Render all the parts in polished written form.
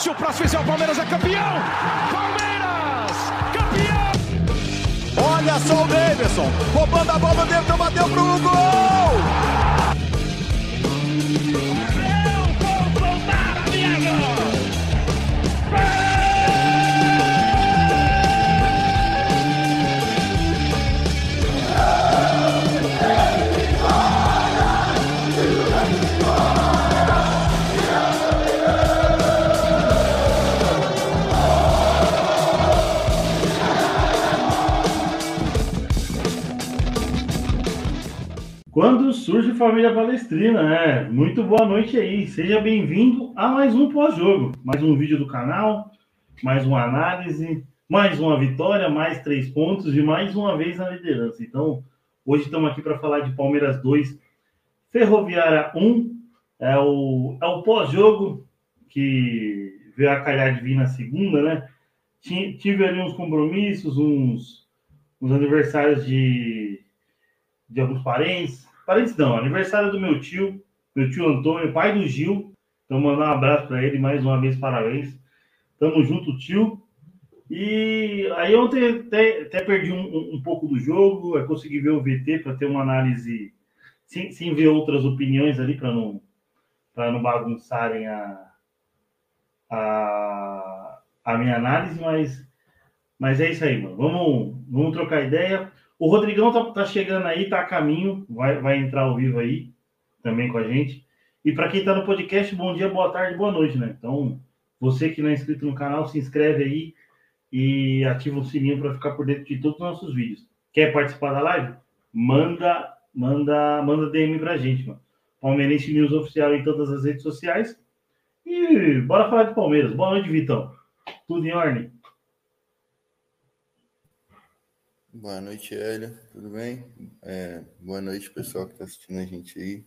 Se o próximo fizer, o Palmeiras é campeão! Palmeiras, campeão! Olha só o Davidson, roubando a bola dentro, bateu pro gol! Eu vou soltar a minha voz! Quando surge Família Palestrina, né? Muito boa noite aí. Seja bem-vindo a mais um pós-jogo. Mais um vídeo do canal, mais uma análise, mais uma vitória, mais 3 pontos e mais uma vez na liderança. Então, hoje estamos aqui para falar de Palmeiras 2, Ferroviária 1. É o pós-jogo que veio a calhar de vir na segunda, né? Tive ali uns compromissos, uns aniversários de alguns parentes não, aniversário do meu tio Antônio, pai do Gil, então mandar um abraço para ele, mais uma vez, parabéns, tamo junto, tio. E aí ontem até perdi um pouco do jogo, eu consegui ver o VT para ter uma análise, sem ver outras opiniões ali, para não bagunçarem a minha análise, mas é isso aí, mano, vamos trocar ideia. O Rodrigão tá chegando aí, tá a caminho, vai entrar ao vivo aí, também com a gente. E para quem tá no podcast, bom dia, boa tarde, boa noite, né? Então, você que não é inscrito no canal, se inscreve aí e ativa o sininho para ficar por dentro de todos os nossos vídeos. Quer participar da live? Manda DM pra gente, mano. Palmeirense News Oficial em todas as redes sociais. E bora falar de Palmeiras. Boa noite, Vitão. Tudo em ordem? Boa noite, Hélio. Tudo bem? Boa noite, pessoal que está assistindo a gente aí.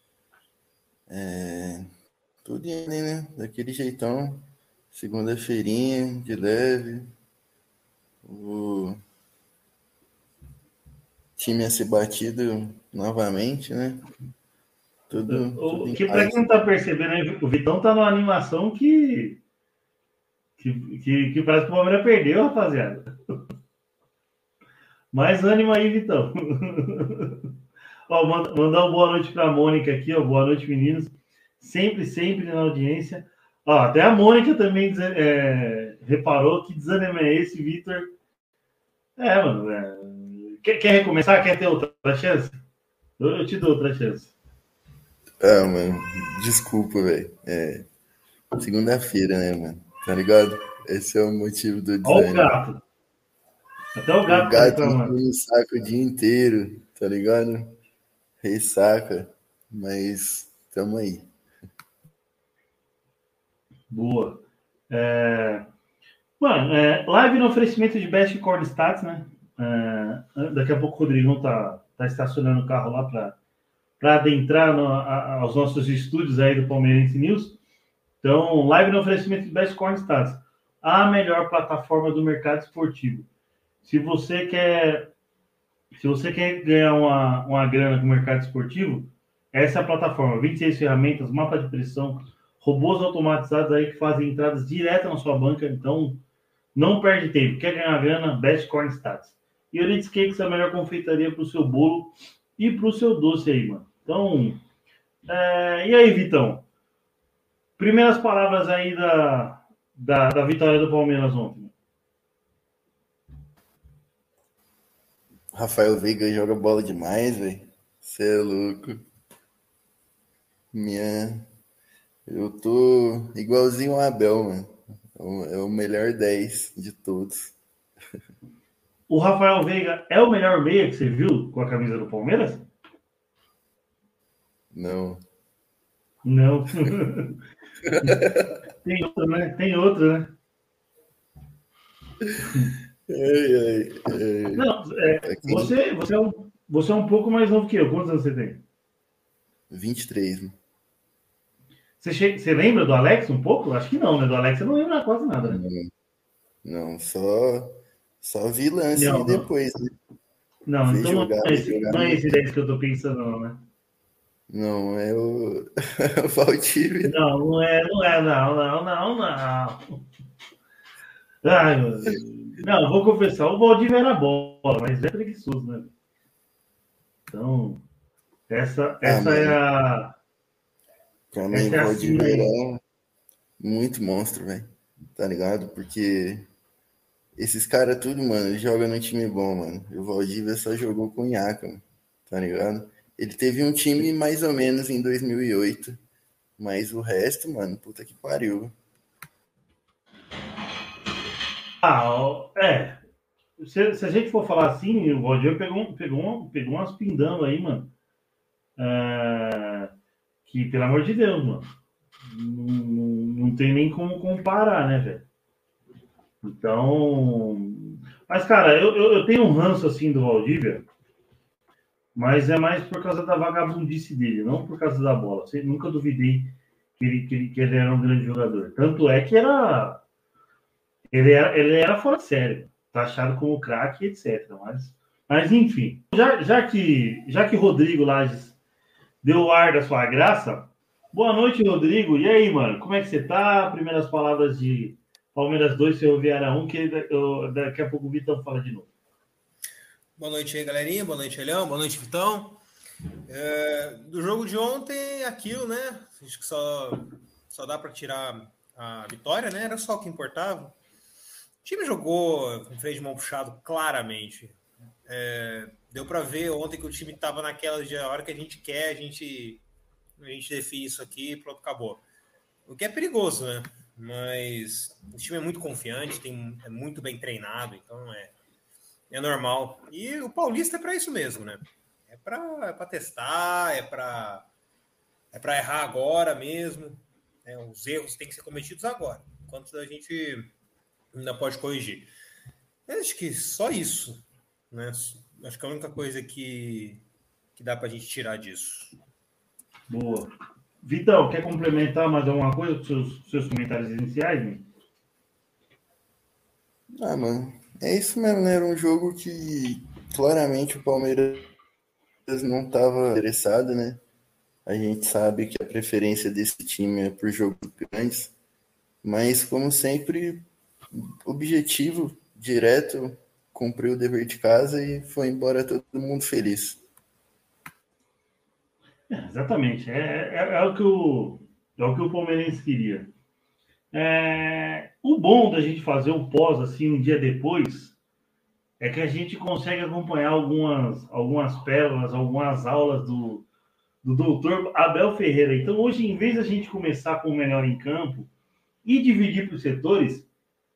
Tudo em ordem, né? Daquele jeitão. Segunda-feirinha, de leve. O time a ser batido novamente, né? Tudo que para quem não tá percebendo, o Vitão tá numa animação que parece que o Palmeiras perdeu, rapaziada. Mais ânimo aí, Vitão. Ó, mandar uma boa noite para a Mônica aqui, ó. Boa noite, meninos. Sempre na audiência. Ó, até a Mônica também reparou que desânimo é esse, Vitor. Mano. Quer recomeçar? Quer ter outra chance? Eu te dou outra chance. Mano. Desculpa, velho. Segunda-feira, né, mano? Tá ligado? Esse é o motivo do desânimo. Ó o gato. Até o gato tá reclamando. No saco o dia inteiro, tá ligado? Ressaca, mas tamo aí. Boa. Mano, live no oferecimento de Best Corn Stats, né? Daqui a pouco o Rodrigão tá estacionando o carro lá para adentrar aos nossos estúdios aí do Palmeirense News. Então, live no oferecimento de Best Corn Stats, a melhor plataforma do mercado esportivo. Se você quer ganhar uma grana com o mercado esportivo, essa é a plataforma. 26 ferramentas, mapa de pressão, robôs automatizados aí que fazem entradas direto na sua banca. Então, não perde tempo. Quer ganhar grana? Best Corn Stats. E Euridice Cakes é a melhor confeitaria para o seu bolo e para o seu doce aí, mano. Então, e aí, Vitão? Primeiras palavras aí da vitória do Palmeiras ontem. Rafael Veiga joga bola demais, velho. Você é louco. Eu tô igualzinho o Abel, mano. É o melhor 10 de todos. O Rafael Veiga é o melhor meia que você viu com a camisa do Palmeiras? Não. Tem outro, né? Não, você é um pouco mais novo que eu. Quantos anos você tem? 23, né? Você lembra do Alex um pouco? Acho que não, né? Do Alex você não lembra quase nada, né? Não, só vi lance e depois, né? Não, então não é esse 10 que eu tô pensando, não, né? Não, é o, o Valdívia. Não. Ai, meu Deus. Não, vou confessar, o Valdívia era bola, mas é preguiçoso, né? Então, essa é Mano, a. pra mim Essa o é a Valdívia sina aí. era muito monstro, velho. Tá ligado? Porque esses caras tudo, mano, jogam no time bom, mano. E o Valdívia só jogou com o Nhaka, mano. Tá ligado? Ele teve um time mais ou menos em 2008, mas o resto, mano, puta que pariu. É. Se a gente for falar assim, o Valdívia pegou umas pindando aí, mano. Que, pelo amor de Deus, mano. Não tem nem como comparar, né, velho? Então. Mas, cara, eu tenho um ranço assim do Valdívia, mas é mais por causa da vagabundice dele, não por causa da bola. Eu nunca duvidei que ele era um grande jogador. Tanto é que ele era fora de série, taxado como craque, etc. Mas enfim, já que Rodrigo Lages deu o ar da sua graça, boa noite, Rodrigo. E aí, mano, como é que você tá? Primeiras palavras de Palmeiras 2, Ferroviária 1, que daqui a pouco o Vitão fala de novo. Boa noite aí, galerinha. Boa noite, Elião. Boa noite, Vitão. Do jogo de ontem, aquilo, né? Acho que só dá para tirar a vitória, né? Era só o que importava. O time jogou com freio de mão puxado, claramente. Deu para ver ontem que o time estava naquela de a hora que a gente quer, a gente define isso aqui e pronto, acabou. O que é perigoso, né? Mas o time é muito confiante, é muito bem treinado, então é normal. E o Paulista é para isso mesmo, né? É para testar, é para errar agora mesmo. Os erros têm que ser cometidos agora, enquanto a gente ainda pode corrigir. Eu acho que só isso, né? Acho que é a única coisa que dá para a gente tirar disso. Boa. Vitão, quer complementar mais alguma coisa com seus comentários iniciais, né? Mano, é isso mesmo, né? Era um jogo que claramente o Palmeiras não estava interessado, né? A gente sabe que a preferência desse time é por jogos grandes, mas como sempre, objetivo direto, cumpriu o dever de casa e foi embora todo mundo feliz. Exatamente. É o que o Palmeirense queria. O bom da gente fazer o pós assim um dia depois é que a gente consegue acompanhar algumas pérolas, algumas aulas do doutor Abel Ferreira. Então, hoje, em vez da gente começar com o melhor em campo e dividir para os setores,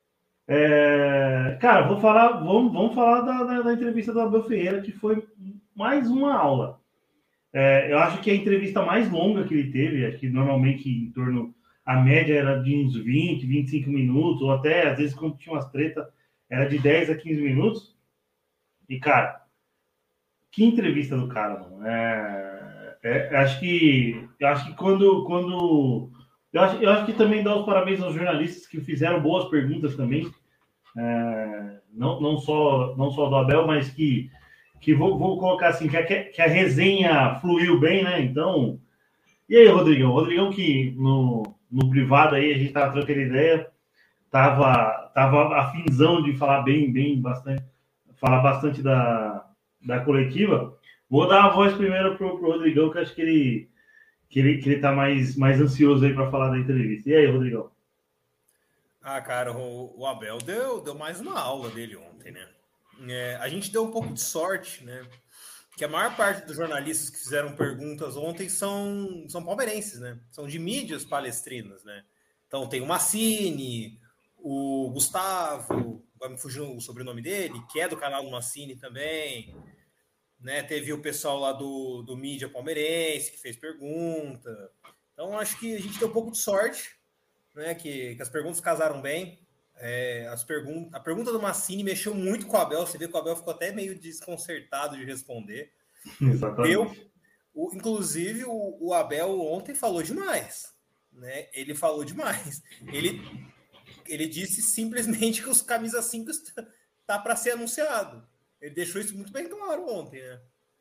cara, vamos falar da entrevista do Abel Ferreira, que foi mais uma aula. Eu acho que é a entrevista mais longa que ele teve, acho que normalmente em torno, a média era de uns 20, 25 minutos, ou até, às vezes, quando tinha umas tretas, era de 10 a 15 minutos. E, cara, que entrevista do cara, mano. Eu acho que quando eu acho que também dá os parabéns aos jornalistas que fizeram boas perguntas também, não só do Abel, mas que vou colocar assim, que a resenha fluiu bem, né? Então, e aí, Rodrigão? Rodrigão que no privado aí, a gente tava trocando ideia, tava afinzão de falar falar bastante da coletiva. Vou dar a voz primeiro pro Rodrigão, que acho que ele tá mais ansioso aí para falar da entrevista. E aí, Rodrigão? Cara, o Abel deu mais uma aula dele ontem, né? A gente deu um pouco de sorte, né? Que a maior parte dos jornalistas que fizeram perguntas ontem são palmeirenses, né? São de mídias palestrinas, né? Então tem o Massini, o Gustavo, vai me fugir o sobrenome dele, que é do canal do Massini também, né? Teve o pessoal lá do mídia palmeirense que fez pergunta. Então acho que a gente deu um pouco de sorte, né? Que as perguntas casaram bem. A pergunta do Massini mexeu muito com o Abel. Você vê que o Abel ficou até meio desconcertado de responder. Exatamente. Inclusive, o Abel ontem falou demais. Né? Ele falou demais. Ele disse simplesmente que os camisa 5 tá para ser anunciado. Ele deixou isso muito bem claro ontem, né?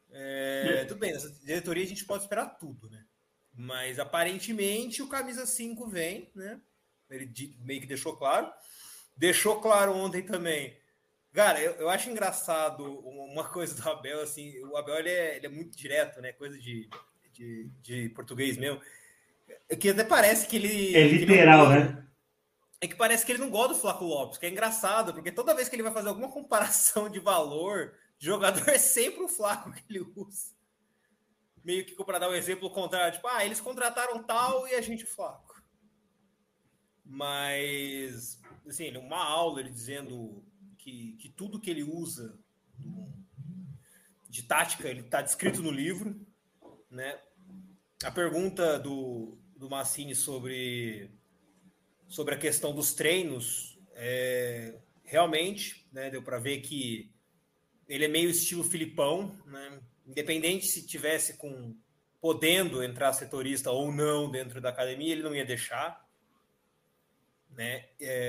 Tudo bem, nessa diretoria a gente pode esperar tudo, né? Mas aparentemente o camisa 5 vem, né? Ele meio que deixou claro. Deixou claro ontem também. Cara, eu acho engraçado uma coisa do Abel, assim, o Abel ele é muito direto, né? Coisa de português mesmo. Que até parece que ele... É literal, né? É que parece que ele não gosta do Flaco Lopes, que é engraçado, porque toda vez que ele vai fazer alguma comparação de valor de jogador, é sempre o Flaco que ele usa. Meio que para dar um exemplo contrário, tipo, eles contrataram tal e a gente o Flaco. Mas, assim, uma aula ele dizendo que tudo que ele usa de tática, ele está descrito no livro, né? A pergunta do Massini sobre a questão dos treinos, realmente, né, deu para ver que ele é meio estilo Filipão, né? Independente se tivesse podendo entrar setorista ou não dentro da academia, ele não ia deixar, né?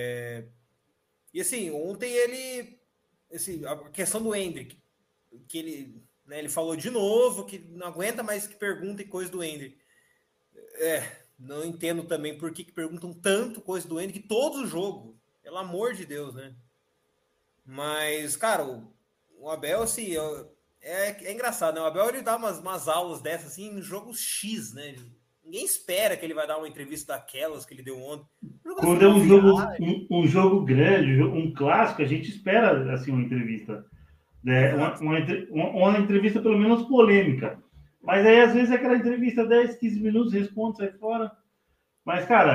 E assim, ontem a questão do Endrick, que ele falou de novo que não aguenta mais que perguntem coisa do Endrick. Não entendo também por que perguntam tanto coisa do Endrick todo o jogo, pelo amor de Deus, né? Mas, cara, o Abel, assim, é engraçado, né? O Abel, ele dá umas aulas dessas, assim, no jogo X, né? Ninguém espera que ele vai dar uma entrevista daquelas que ele deu ontem. Quando é um jogo grande, um clássico, a gente espera, assim, uma entrevista. Né? Uma entrevista, pelo menos, polêmica. Mas aí, às vezes, é aquela entrevista 10, 15 minutos, responde, sai fora. Mas, cara,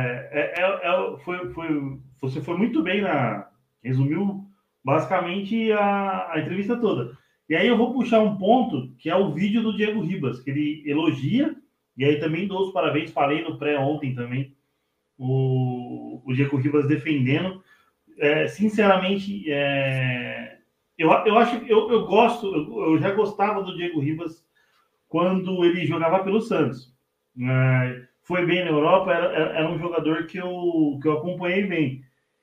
você foi muito bem resumiu basicamente a entrevista toda. E aí eu vou puxar um ponto, que é o vídeo do Diego Ribas, que ele elogia, e aí também dou os parabéns, falei no pré ontem também, o Diego Ribas defendendo. Sinceramente, eu acho que eu gosto, eu já gostava do Diego Ribas quando ele jogava pelo Santos. Foi bem na Europa, era um jogador que eu acompanhei bem.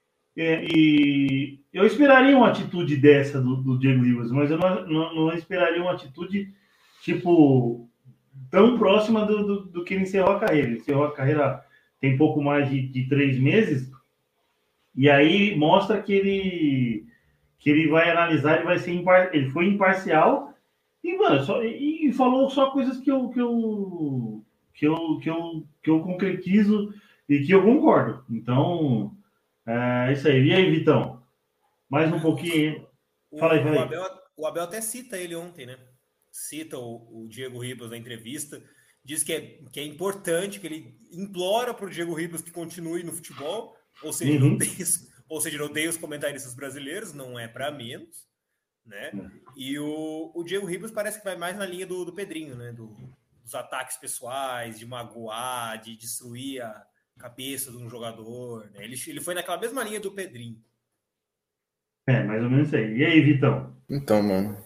E eu esperaria uma atitude dessa do Diego Ribas, mas eu não esperaria uma atitude, tipo, tão próxima do que ele encerrou a carreira. Ele encerrou a carreira tem pouco mais de 3 meses, e aí mostra que ele vai analisar, ele foi imparcial, e, mano, e falou só coisas que eu concretizo e que eu concordo. Então, é isso aí. E aí, Vitão? Mais um pouquinho. Fala aí. O Abel até cita ele ontem, né? Cita o Diego Ribas na entrevista. Diz que é importante, que ele implora para o Diego Ribas que continue no futebol. Ou seja, não odeia os comentaristas brasileiros, não é para menos, né? E o Diego Ribas parece que vai mais na linha do Pedrinho, né? Dos ataques pessoais, de magoar, de destruir a cabeça de um jogador, né? Ele foi naquela mesma linha do Pedrinho. Mais ou menos isso aí. E aí, Vitão? Então, mano,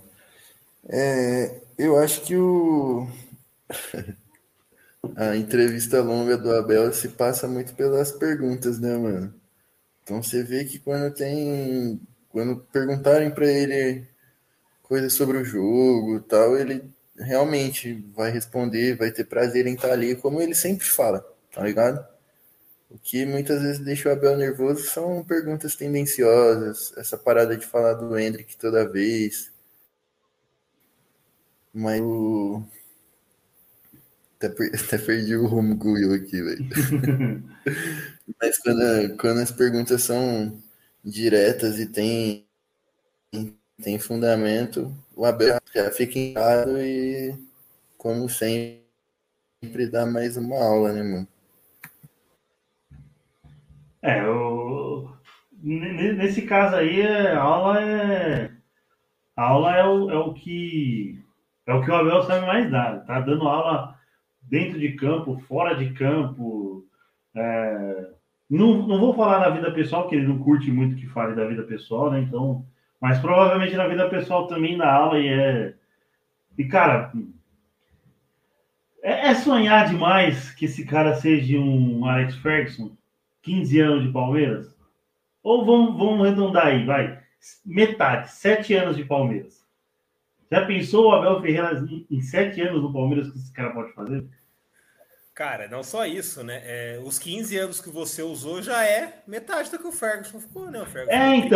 eu acho que a entrevista longa do Abel se passa muito pelas perguntas, né, mano? Então você vê que quando perguntarem para ele coisas sobre o jogo e tal, ele realmente vai responder, vai ter prazer em estar ali, como ele sempre fala, tá ligado? O que muitas vezes deixa o Abel nervoso são perguntas tendenciosas, essa parada de falar do Endrick toda vez. Mas até perdi o rumo com o Will aqui, velho. Mas quando as perguntas são diretas e tem fundamento, o Abel já fica encarado e, como sempre, dá mais uma aula, né, mano? Nesse caso aí, a aula é o que o Abel sabe mais dar. Tá dando aula dentro de campo, fora de campo. Não vou falar da vida pessoal, porque ele não curte muito que fale da vida pessoal, né? Então, mas provavelmente na vida pessoal também dá aula e cara, é sonhar demais que esse cara seja um Alex Ferguson, 15 anos de Palmeiras? Ou vamos arredondar aí, vai. Metade, 7 anos de Palmeiras. Já pensou o Abel Ferreira em 7 anos no Palmeiras que esse cara pode fazer? Cara, não só isso, né? Os 15 anos que você usou já é metade do que o Ferguson ficou, né? O Ferguson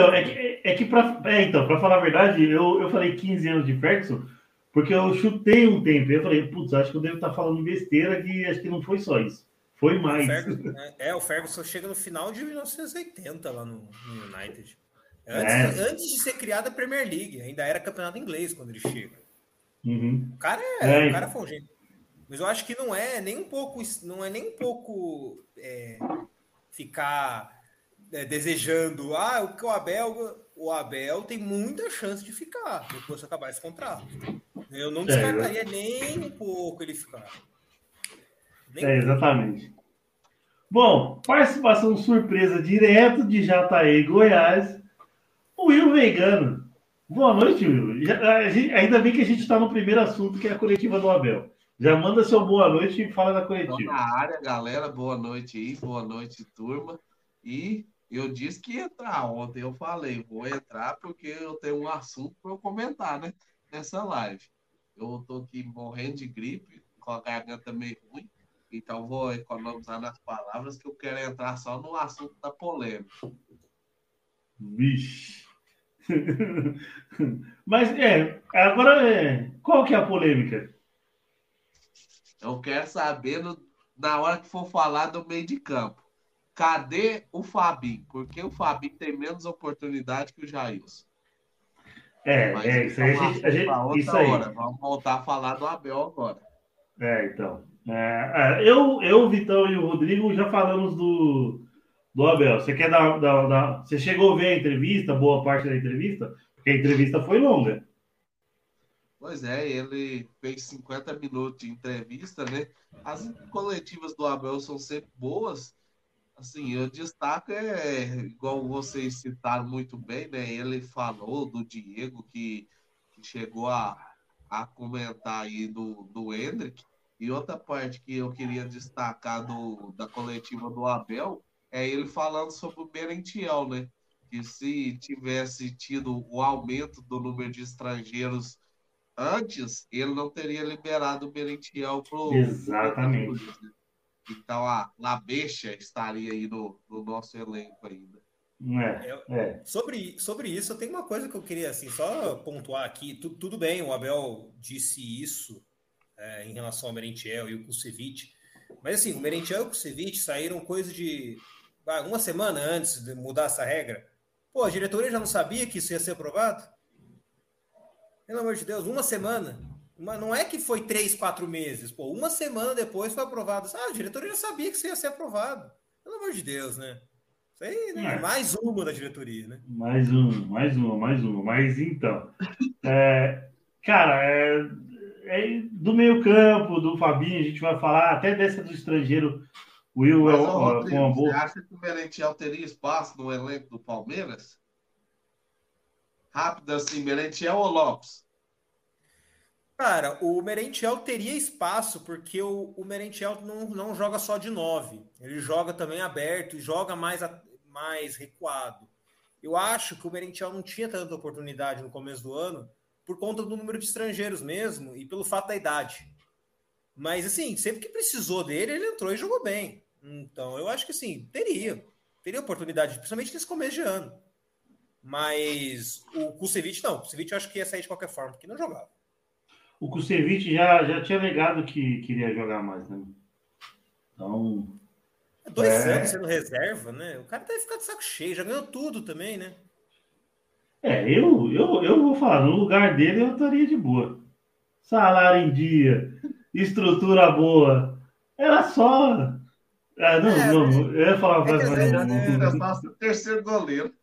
Pra falar a verdade, eu falei 15 anos de Ferguson porque eu chutei um tempo. Eu falei, putz, acho que eu devo estar falando besteira, que acho que não foi só isso. Foi mais. O Ferguson chega no final de 1980 lá no United. Antes de ser criada a Premier League, ainda era campeonato inglês quando ele chega. Uhum. O cara foi um gênio. Mas eu acho que não é nem um pouco ficar desejando o Abel tem muita chance de ficar depois que acabar esse contrato. Eu não descartaria nem um pouco ele ficar. Exatamente. Bom, participação surpresa direto de Jataí, Goiás, o Will Vegano. Boa noite, Will. Ainda bem que a gente está no primeiro assunto, que é a coletiva do Abel. Já manda seu boa noite e fala da coletiva. Tô na área, galera. Boa noite aí. Boa noite, turma. E eu disse que ia entrar ontem. Eu falei, vou entrar porque eu tenho um assunto para eu comentar, né? Nessa live. Eu tô aqui morrendo de gripe, com a garganta meio ruim. Então vou economizar nas palavras, que eu quero entrar só no assunto da polêmica. Vixe. Mas agora qual que é a polêmica? Eu quero saber, na hora que for falar do meio de campo, cadê o Fabinho? Porque o Fabinho tem menos oportunidade que o Jailson. Isso aí. Vamos voltar a falar do Abel agora. Então. Eu, Vitão e o Rodrigo já falamos do Abel. Você quer Você chegou a ver a entrevista, boa parte da entrevista? Porque a entrevista foi longa. Pois é, ele fez 50 minutos de entrevista, né? As coletivas do Abel são sempre boas. Assim, eu destaco, igual vocês citaram muito bem, né? Ele falou do Diego, que chegou a comentar aí do Endrick. E outra parte que eu queria destacar da coletiva do Abel é ele falando sobre o Merentiel, né? Que se tivesse tido o aumento do número de estrangeiros antes, ele não teria liberado o Merentiel pro... Exatamente. Então a Labecha estaria aí no nosso elenco ainda. Sobre isso, eu tenho uma coisa que eu queria assim, só pontuar aqui. Tudo bem, o Abel disse isso em relação ao Merentiel e o Kusevich, mas assim, o Merentiel e o Kusevich saíram coisa de uma semana antes de mudar essa regra. Pô, a diretoria já não sabia que isso ia ser aprovado? Pelo amor de Deus, uma semana. Não é que foi 3, 4 meses. Pô, uma semana depois foi aprovado. A diretoria já sabia que isso ia ser aprovado. Pelo amor de Deus, né? Isso aí, né? Mais uma da diretoria, né? Mais uma. Mas então, cara, do meio campo, do Fabinho, a gente vai falar até dessa do estrangeiro. Will com uma boa... Você acha que o Merentiel teria espaço no elenco do Palmeiras? Rápido assim, Merentiel ou Lopes? Cara, o Merentiel teria espaço, porque o Merentiel não joga só de 9. Ele joga também aberto e joga mais recuado. Eu acho que o Merentiel não tinha tanta oportunidade no começo do ano por conta do número de estrangeiros mesmo e pelo fato da idade. Mas, assim, sempre que precisou dele, ele entrou e jogou bem. Então, eu acho que, sim, teria oportunidade, principalmente nesse começo de ano. Mas o Kusevich não. O Kusevich eu acho que ia sair de qualquer forma, porque não jogava. O Kusevich já tinha negado que queria jogar mais, né? Então... 2 anos sendo reserva, né? O cara deve ficar de saco cheio. Já ganhou tudo também, né? Eu vou falar, no lugar dele eu estaria de boa. Salário em dia, estrutura boa. Era só... não, eu ia falar uma frase mais... terceiro goleiro.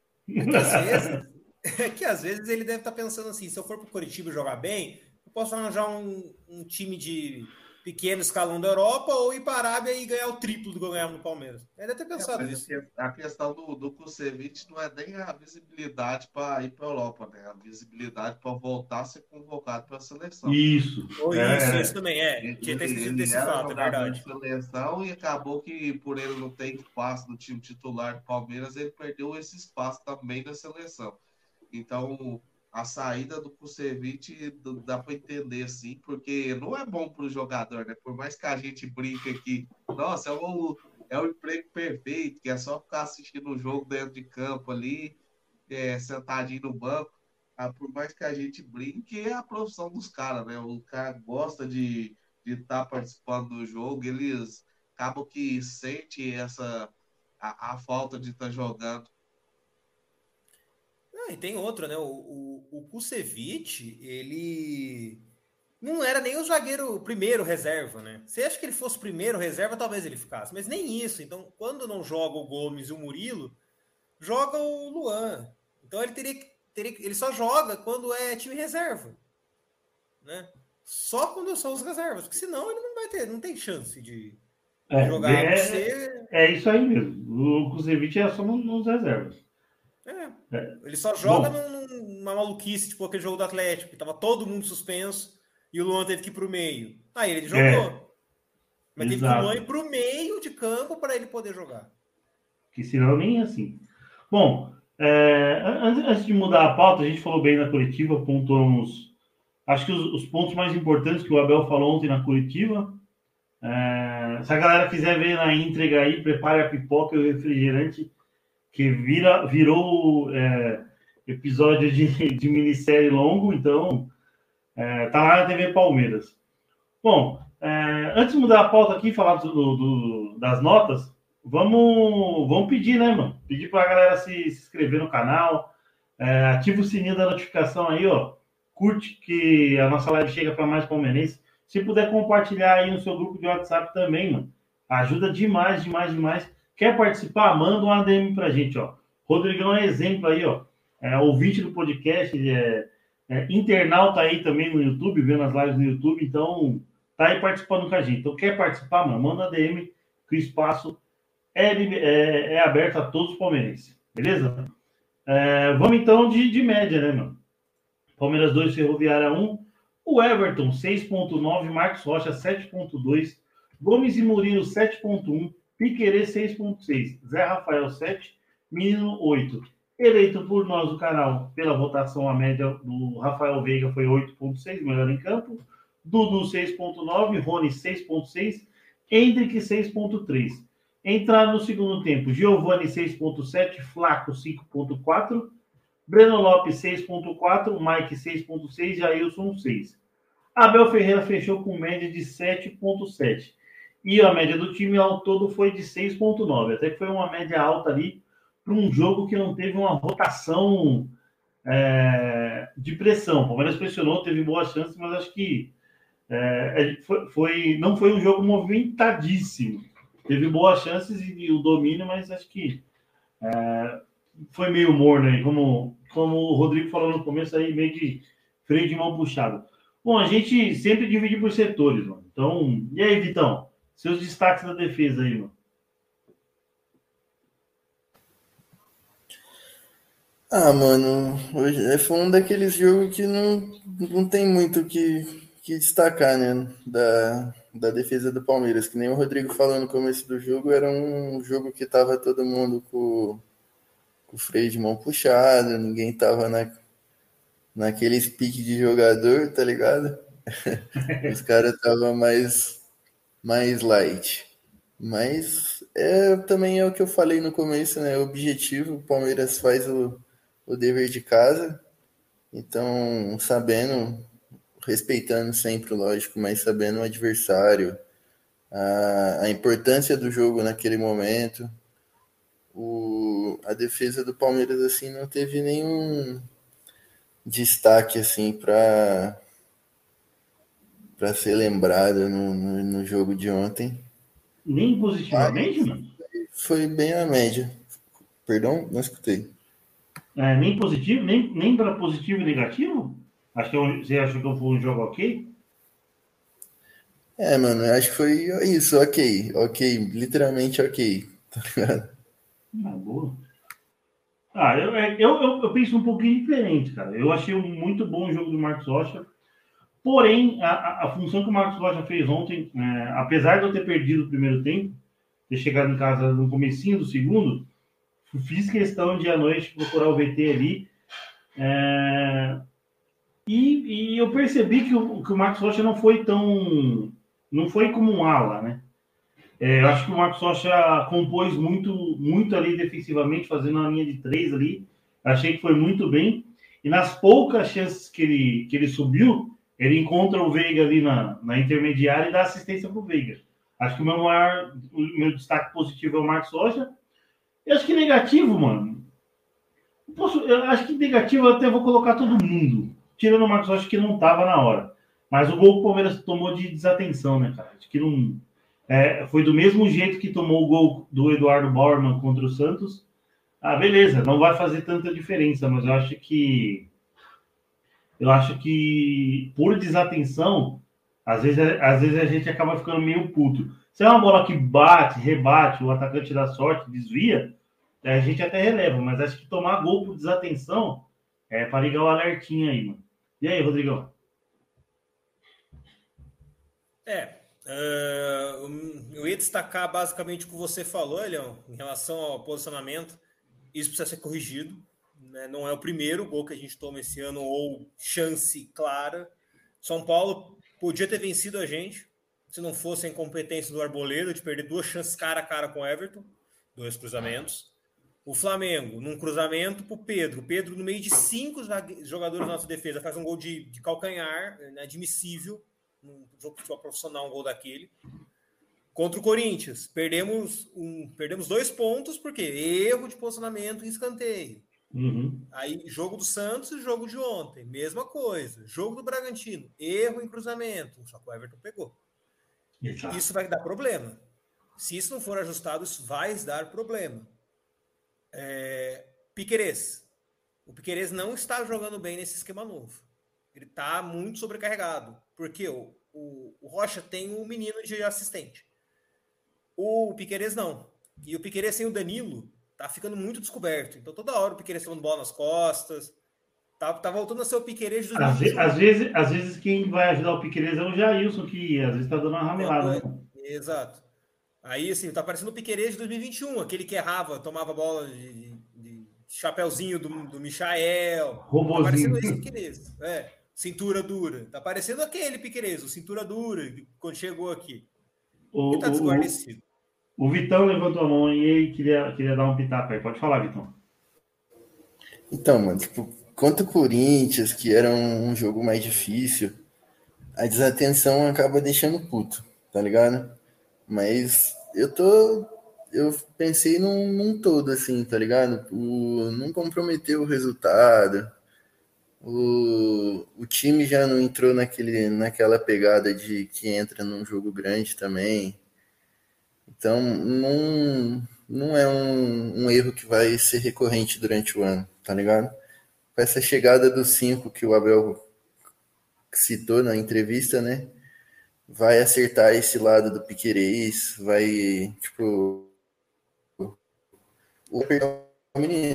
Que às vezes ele deve estar pensando assim, se eu for pro Coritiba jogar bem, eu posso arranjar um time de pequeno escalão da Europa ou ir para a Arábia e ganhar o triplo do que eu ganhava no Palmeiras. Ele deve ter pensado nisso. A questão do Kusevich não é nem a visibilidade para ir para a Europa, né? A visibilidade para voltar a ser convocado para a seleção. Isso. Isso também Tinha ter esquecido desse fato, é verdade. Seleção, e acabou que, por ele não ter espaço no time titular do Palmeiras, ele perdeu esse espaço também na seleção. Então, a saída do Kusevich dá para entender, assim, porque não é bom para o jogador, né? Por mais que a gente brinque aqui, nossa, é o emprego perfeito, que é só ficar assistindo o jogo dentro de campo ali, sentadinho no banco. Por mais que a gente brinque, é a profissão dos caras, né? O cara gosta de estar participando do jogo, eles acabam que sente a falta de estar jogando. E tem outro, né? O Kusevich, ele não era nem o primeiro reserva, né? Se acha que ele fosse o primeiro reserva, talvez ele ficasse, mas nem isso. Então, quando não joga o Gomes e o Murilo, joga o Luan. Então ele ele só joga quando é time reserva, né? Só quando são os reservas, porque senão ele não tem chance de jogar. É isso aí mesmo. O Kusevich é só nos reservas. Ele só joga numa maluquice, tipo aquele jogo do Atlético, que tava todo mundo suspenso e o Luan teve que ir pro meio. Aí ele jogou. Mas teve que o Luan ir pro meio de campo para ele poder jogar. Que senão nem assim. Bom, antes de mudar a pauta, a gente falou bem na coletiva, pontuamos, acho que os pontos mais importantes que o Abel falou ontem na coletiva. Se a galera quiser ver na entrega aí, prepare a pipoca e o refrigerante, que virou episódio de minissérie longo, então tá lá na TV Palmeiras. Bom, antes de mudar a pauta aqui, falar das notas, vamos pedir, né, mano? Pedir pra galera se inscrever no canal, ativa o sininho da notificação aí, ó, curte que a nossa live chega para mais palmeirenses. Se puder compartilhar aí no seu grupo de WhatsApp também, mano, ajuda demais, demais, demais. Quer participar? Manda um ADM pra gente, ó. Rodrigão é exemplo aí, ó. Ouvinte do podcast, internauta aí também no YouTube, vendo as lives no YouTube, então tá aí participando com a gente. Então quer participar, mano? Manda ADM, que o espaço é aberto a todos os palmeirenses. Beleza? Vamos então de média, né, mano? Palmeiras 2, Ferroviária 1. O Everton, 6.9. Marcos Rocha, 7.2. Gomes e Murilo, 7.1. Piquerez, 6.6. Zé Rafael, 7. Menino, 8. Eleito por nós do canal, pela votação, a média do Rafael Veiga foi 8.6, melhor em campo. Dudu, 6.9. Rony, 6.6. Hendrick, 6.3. Entraram no segundo tempo, Giovani, 6.7. Flaco, 5.4. Breno Lopes, 6.4. Mike, 6.6. Jailson, 6. Abel Ferreira fechou com média de 7.7. E a média do time ao todo foi de 6.9. Até que foi uma média alta ali para um jogo que não teve uma rotação de pressão. O Palmeiras pressionou, teve boas chances, mas acho que não foi um jogo movimentadíssimo. Teve boas chances e o domínio, mas acho que foi meio morno aí, como o Rodrigo falou no começo aí, meio de freio de mão puxado. Bom, a gente sempre divide por setores, mano. Então, e aí, Vitão? Seus destaques da defesa aí, mano. Mano, hoje foi um daqueles jogos que não tem muito o que destacar, né? Da defesa do Palmeiras. Que nem o Rodrigo falou no começo do jogo, era um jogo que tava todo mundo com o freio de mão puxado, ninguém tava naqueles piques de jogador, tá ligado? Os caras estavam mais light. Mas também é o que eu falei no começo, né? O objetivo, o Palmeiras faz o dever de casa. Então, respeitando sempre, lógico, mas sabendo o adversário, a importância do jogo naquele momento. A defesa do Palmeiras, assim, não teve nenhum destaque, assim, para ser lembrado no jogo de ontem. Nem positivamente, mano? Foi bem a média. Perdão? Não escutei. Nem positivo? Nem para positivo e negativo? Você achou que foi um jogo ok? Mano, eu acho que foi isso, ok. Ok, literalmente ok. Tá ligado? Boa. Eu penso um pouquinho diferente, cara. Eu achei muito bom o jogo do Marcos Rocha. Porém, a função que o Marcos Rocha fez ontem, apesar de eu ter perdido o primeiro tempo, ter chegado em casa no comecinho do segundo, fiz questão de à noite procurar o VT ali, E eu percebi que o Marcos Rocha não foi como um ala, né? Eu acho que o Marcos Rocha compôs muito ali defensivamente, fazendo uma linha de 3 ali. Achei que foi muito bem. E nas poucas chances que ele subiu, ele encontra o Veiga ali na intermediária e dá assistência para o Veiga. Acho que o meu destaque positivo é o Marcos Rocha. Eu acho que negativo, mano. Eu acho que negativo eu até vou colocar todo mundo. Tirando o Marcos Rocha, que não estava na hora. Mas o gol que o Palmeiras tomou de desatenção, né, cara? Acho que não... foi do mesmo jeito que tomou o gol do Eduardo Bauerman contra o Santos. Beleza, não vai fazer tanta diferença, mas eu acho que por desatenção, às vezes a gente acaba ficando meio puto. Se é uma bola que bate, rebate, o atacante dá sorte, desvia, a gente até releva, mas acho que tomar gol por desatenção é para ligar o alertinho aí, mano. E aí, Rodrigão? Eu ia destacar basicamente o que você falou, Leão, em relação ao posicionamento. Isso precisa ser corrigido, né? Não é o primeiro gol que a gente toma esse ano ou chance clara. São Paulo podia ter vencido a gente se não fosse a incompetência do Arboleda de perder 2 chances cara a cara com o Everton, 2 cruzamentos. O Flamengo, num cruzamento para o Pedro. O Pedro, no meio de 5 jogadores da nossa defesa, faz um gol de calcanhar, inadmissível, num jogo de futebol profissional, um gol daquele. Contra o Corinthians, perdemos 2 pontos, porque erro de posicionamento em escanteio. Uhum. Aí, jogo do Santos e jogo de ontem, mesma coisa. Jogo do Bragantino, erro em cruzamento, só que o Everton pegou. Exato. Isso vai dar problema. Se isso não for ajustado, isso vai dar problema. Piquerez. O Piquerez não está jogando bem nesse esquema novo. Ele está muito sobrecarregado, porque o Rocha tem um menino de assistente. O Piquerez não. E o Piquerez sem o Danilo tá ficando muito descoberto. Então toda hora o Piquerez tomando bola nas costas. Tá voltando a ser o Piquerez de 2021. Às vezes quem vai ajudar o Piquerez é o Jailson, que às vezes tá dando uma ramelada. Né? Exato. Aí, assim, tá parecendo o Piquerez de 2021, aquele que errava, tomava bola de chapéuzinho do Michael. Robozinho. Tá parecendo esse Piquerez. Cintura dura. Tá parecendo aquele Piquerez, o cintura dura, quando chegou aqui. Que tá desguarnecido. O Vitão levantou a mão e aí queria dar um pitaco aí. Pode falar, Vitão. Então, mano, contra o Corinthians, que era um jogo mais difícil, a desatenção acaba deixando puto, tá ligado? Mas eu pensei num todo, assim, tá ligado? Não comprometeu o resultado. O time já não entrou naquela pegada de que entra num jogo grande também. Então, não é um erro que vai ser recorrente durante o ano, tá ligado? Com essa chegada dos 5 que o Abel citou na entrevista, né? Vai acertar esse lado do Piquerez, vai, tipo... O menino,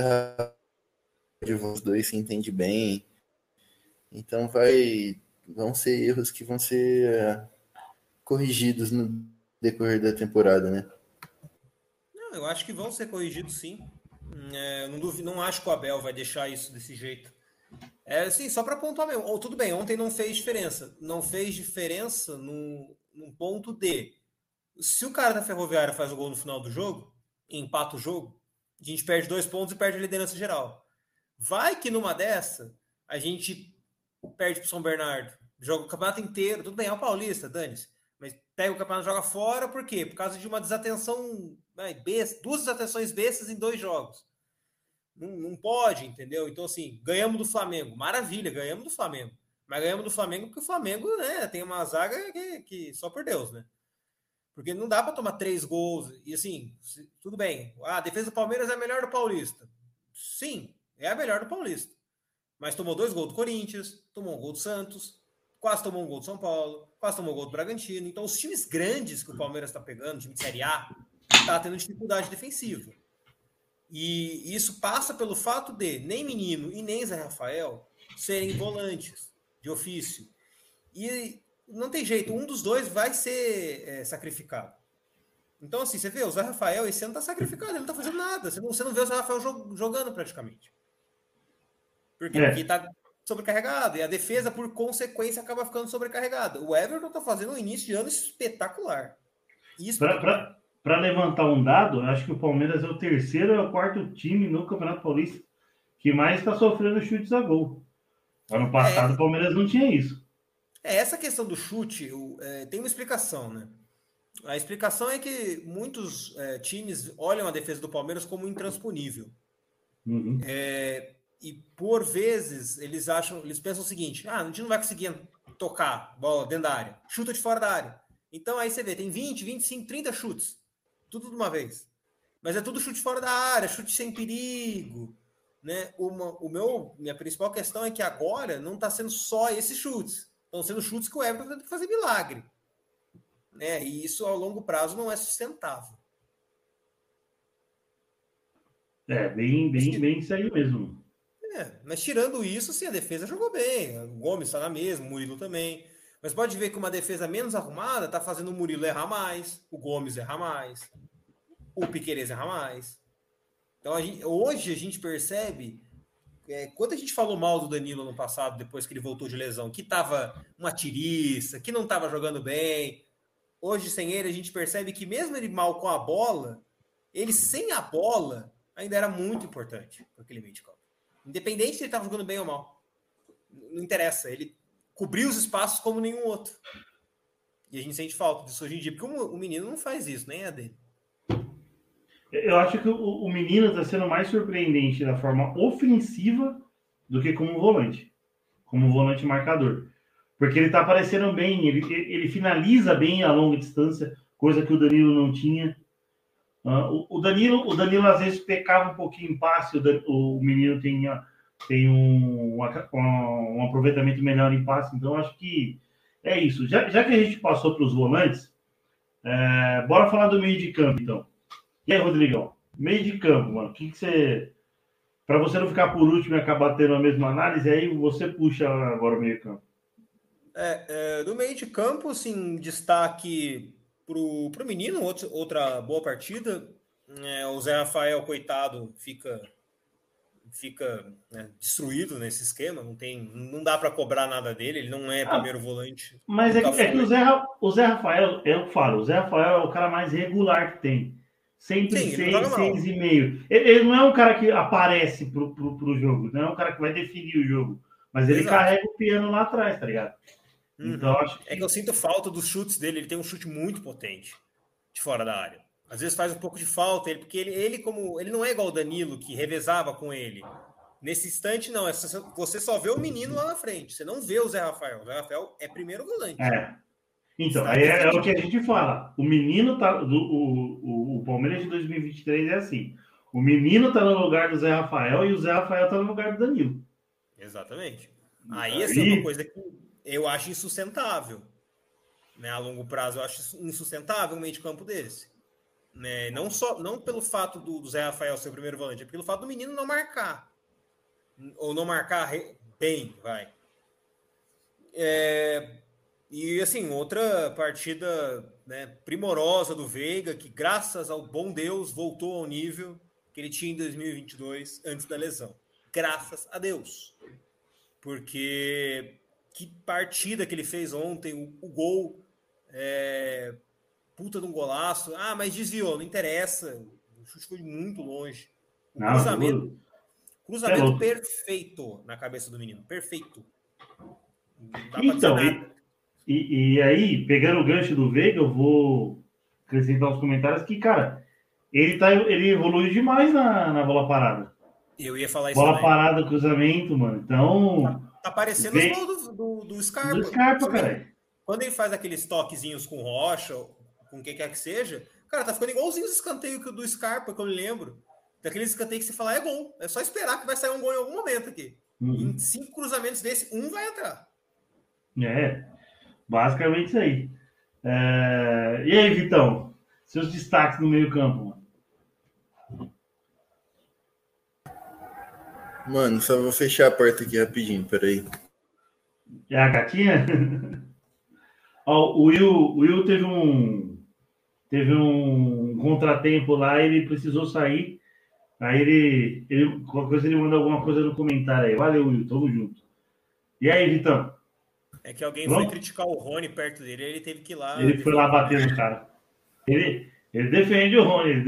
os dois se entendem bem. Então, vão ser erros que vão ser corrigidos no decorrer da temporada, né? Não, eu acho que vão ser corrigidos, sim. Não acho que o Abel vai deixar isso desse jeito. Assim, só para pontuar mesmo. Tudo bem, ontem não fez diferença. Não fez diferença num ponto de... Se o cara da Ferroviária faz o gol no final do jogo, e empata o jogo, a gente perde 2 pontos e perde a liderança geral. Vai que numa dessa, a gente perde pro São Bernardo. Joga o campeonato inteiro. Tudo bem, é o Paulista, dane-se. Mas pega o campeonato e joga fora, por quê? Por causa de uma desatenção besta, 2 desatenções bestas em 2 jogos. Não pode, entendeu? Então, assim, ganhamos do Flamengo. Maravilha, ganhamos do Flamengo. Mas ganhamos do Flamengo porque o Flamengo, né, tem uma zaga que só por Deus, né? Porque não dá para tomar 3 gols. E, assim, tudo bem. A defesa do Palmeiras é a melhor do Paulista. Sim, é a melhor do Paulista. Mas tomou 2 gols do Corinthians, tomou um gol do Santos, quase tomou um gol do São Paulo, quase tomou um gol do Bragantino. Então, os times grandes que o Palmeiras está pegando, time de Série A, está tendo dificuldade defensiva. E isso passa pelo fato de nem Menino e nem Zé Rafael serem volantes de ofício. E não tem jeito, um dos dois vai ser sacrificado. Então, assim, você vê, o Zé Rafael esse ano está sacrificado, ele não está fazendo nada. Você não vê o Zé Rafael jogando praticamente. Porque tá sobrecarregado. E a defesa, por consequência, acaba ficando sobrecarregada. O Everton tá fazendo um início de ano espetacular. Para levantar um dado, eu acho que o Palmeiras é o terceiro ou o quarto time no Campeonato Paulista que mais está sofrendo chutes a gol. Ano passado o Palmeiras não tinha isso. Essa questão do chute tem uma explicação, né? A explicação é que muitos times olham a defesa do Palmeiras como intransponível. Uhum. E por vezes eles pensam o seguinte: a gente não vai conseguir tocar bola dentro da área, chuta de fora da área. Então aí você vê, tem 20, 25, 30 chutes, tudo de uma vez. Mas é tudo chute fora da área, chute sem perigo, né? Minha principal questão é que agora não está sendo só esses chutes, estão sendo chutes que o Everton tem que fazer milagre, né? E isso ao longo prazo não é sustentável. Bem sério mesmo. Mas tirando isso, sim, a defesa jogou bem. O Gomes está na mesma, o Murilo também. Mas pode ver que uma defesa menos arrumada está fazendo o Murilo errar mais, o Gomes errar mais, o Piquerez errar mais. Então, hoje a gente percebe, quando a gente falou mal do Danilo no passado, depois que ele voltou de lesão, que estava uma tiriça, que não estava jogando bem. Hoje, sem ele, a gente percebe que mesmo ele mal com a bola, ele sem a bola ainda era muito importante para aquele meio de campo. Independente se ele estava jogando bem ou mal. Não interessa, ele cobriu os espaços como nenhum outro. E a gente sente falta disso hoje em dia, porque o menino não faz isso, nem a dele. Eu acho que o menino está sendo mais surpreendente da forma ofensiva do que como volante marcador. Porque ele está aparecendo bem, ele finaliza bem a longa distância, coisa que o Danilo não tinha. O Danilo às vezes pecava um pouquinho em passe, o menino tem um aproveitamento melhor em passe, então acho que é isso. Já que a gente passou para os volantes, bora falar do meio de campo, então. E aí, Rodrigão, meio de campo, mano, o que você... Para você não ficar por último e acabar tendo a mesma análise, aí você puxa agora o meio de campo. Do meio de campo, assim, destaque pro menino, outra boa partida. O Zé Rafael, coitado, fica destruído nesse esquema. Não dá para cobrar nada dele. Ele não é primeiro volante. Mas é que o Zé Rafael, eu falo, o Zé Rafael é o cara mais regular que tem. Sempre 6,5. Ele não é um cara que aparece pro jogo, não é um cara que vai definir o jogo. Mas ele carrega o piano lá atrás, tá ligado? Então, acho que... É que eu sinto falta dos chutes dele. Ele tem um chute muito potente de fora da área. Às vezes faz um pouco de falta, porque ele não é igual o Danilo, que revezava com ele. Nesse instante, não. Você só vê o menino lá na frente. Você não vê o Zé Rafael. O Zé Rafael é primeiro volante. Então, aí é o que a gente fala. O menino tá... O Palmeiras de 2023 é assim. O menino tá no lugar do Zé Rafael e o Zé Rafael tá no lugar do Danilo. Exatamente. Aí essa é uma coisa que eu acho insustentável. Né? A longo prazo, eu acho insustentável um meio de campo desse. Né? Não pelo fato do Zé Rafael ser o primeiro volante, é pelo fato do menino não marcar. Ou não marcar bem, vai. E, assim, outra partida, né, primorosa do Veiga, que graças ao bom Deus voltou ao nível que ele tinha em 2022, antes da lesão. Graças a Deus. Porque que partida que ele fez ontem, o gol, puta de um golaço. Mas desviou, não interessa. O chute foi muito longe. Cruzamento perfeito na cabeça do menino. Perfeito. Não dá pra dizer nada. E aí, pegando o gancho do Veiga, eu vou acrescentar os comentários que, cara, ele evoluiu demais na bola parada. Eu ia falar isso bola também. Parada, cruzamento, mano. Então... Tá parecendo os gols do Scarpa. Do Scarpa, cara. Quando ele faz aqueles toquezinhos com Rocha, com quem quer que seja, cara, tá ficando igualzinho os escanteios do Scarpa, que eu me lembro. Daqueles escanteios que você fala, é gol. É só esperar que vai sair um gol em algum momento aqui. Em 5 cruzamentos desse, um vai entrar. Basicamente isso aí. E aí, Vitão? Seus destaques no meio campo, mano. Mano, só vou fechar a porta aqui rapidinho, peraí. É a gatinha? O Will teve um contratempo lá, ele precisou sair. Aí qualquer coisa ele manda alguma coisa no comentário aí. Valeu, Will, tamo junto. E aí, Vitão? É que alguém Pronto? foi criticar o Rony perto dele, ele teve que ir lá. Ele foi lá bater no cara. Ele defende o Rony,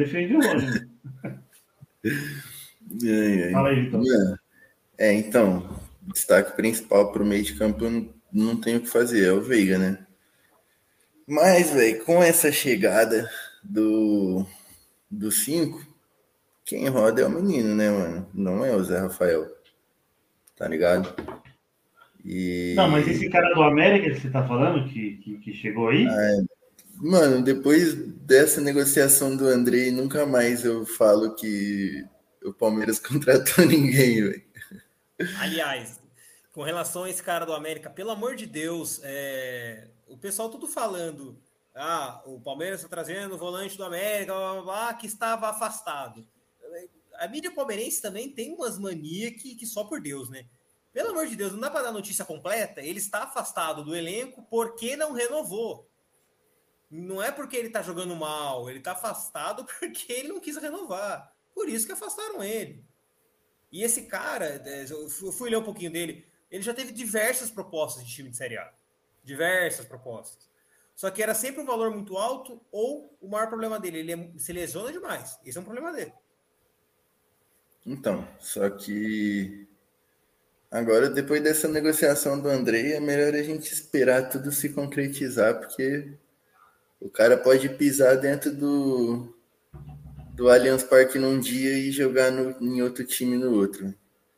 Fala aí, Vitão. Então, destaque principal para o meio de campo, eu não tenho o que fazer, é o Veiga, né? Mas, velho, com essa chegada do 5, quem roda é o menino, né, mano? Não é o Zé Rafael. Tá ligado? Não, mas esse cara do América que você tá falando, que chegou aí? Mano, depois dessa negociação do Andrei, nunca mais eu falo que o Palmeiras contratou ninguém, velho. Aliás, com relação a esse cara do América, pelo amor de Deus, o pessoal tudo falando, o Palmeiras está trazendo o volante do América, blá, blá, blá, que estava afastado. A mídia palmeirense também tem umas manias que só por Deus, né? Pelo amor de Deus, não dá para dar notícia completa, ele está afastado do elenco porque não renovou. Não é porque ele está jogando mal, ele está afastado porque ele não quis renovar. Por isso que afastaram ele. E esse cara, eu fui ler um pouquinho dele, ele já teve diversas propostas de time de Série A. Diversas propostas. Só que era sempre um valor muito alto ou o maior problema dele, ele se lesiona demais. Esse é um problema dele. Então, só que agora, depois dessa negociação do Andrei, é melhor a gente esperar tudo se concretizar, porque o cara pode pisar dentro do Allianz Parque num dia e jogar em outro time no outro.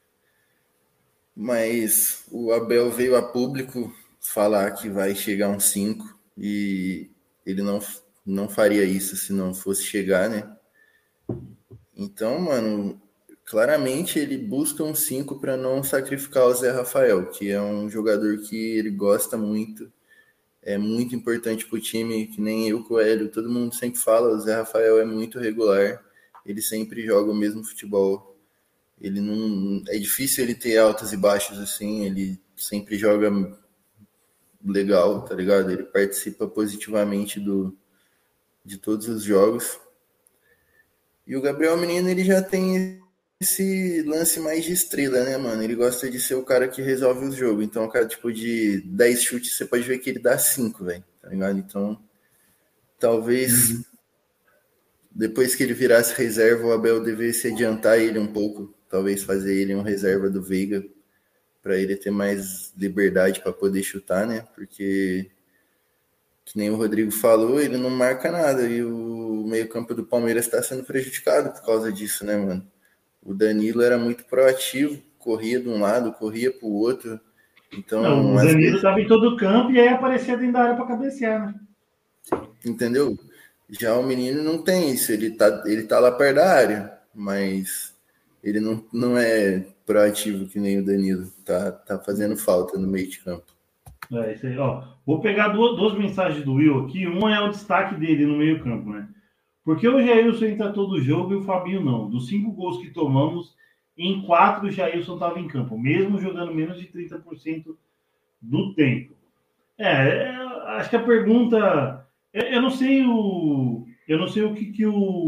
Mas o Abel veio a público falar que vai chegar um 5 e ele não faria isso se não fosse chegar, né? Então, mano, claramente ele busca um 5 para não sacrificar o Zé Rafael, que é um jogador que ele gosta muito, é muito importante pro time, que nem eu com o Hélio, todo mundo sempre fala, o Zé Rafael é muito regular, ele sempre joga o mesmo futebol. Ele não. É difícil ele ter altos e baixos assim, ele sempre joga legal, tá ligado? Ele participa positivamente de todos os jogos. E o Gabriel Menino, ele já tem esse lance mais de estrela, né, mano? Ele gosta de ser o cara que resolve os jogos. Então, o cara, tipo, de 10 chutes, você pode ver que ele dá 5, velho, tá ligado? Então, talvez depois que ele virasse reserva, o Abel devesse adiantar ele um pouco. Talvez fazer ele um reserva do Veiga, para ele ter mais liberdade para poder chutar, né? Porque, que nem o Rodrigo falou, ele não marca nada. E o meio-campo do Palmeiras está sendo prejudicado por causa disso, né, mano? O Danilo era muito proativo, corria de um lado, corria para o outro. Então, não, o Danilo estava em todo o campo e aí aparecia dentro da área para cabecear, né? Entendeu? Já o menino não tem isso, ele tá lá perto da área, mas ele não é proativo que nem o Danilo, tá fazendo falta no meio de campo. É isso aí, ó. Vou pegar duas mensagens do Will aqui, uma é o destaque dele no meio campo, né? Porque o Jailson entra todo jogo e o Fabinho não. Dos 5 gols que tomamos, em 4 o Jailson estava em campo, mesmo jogando menos de 30% do tempo. Acho que a pergunta... Eu não sei o que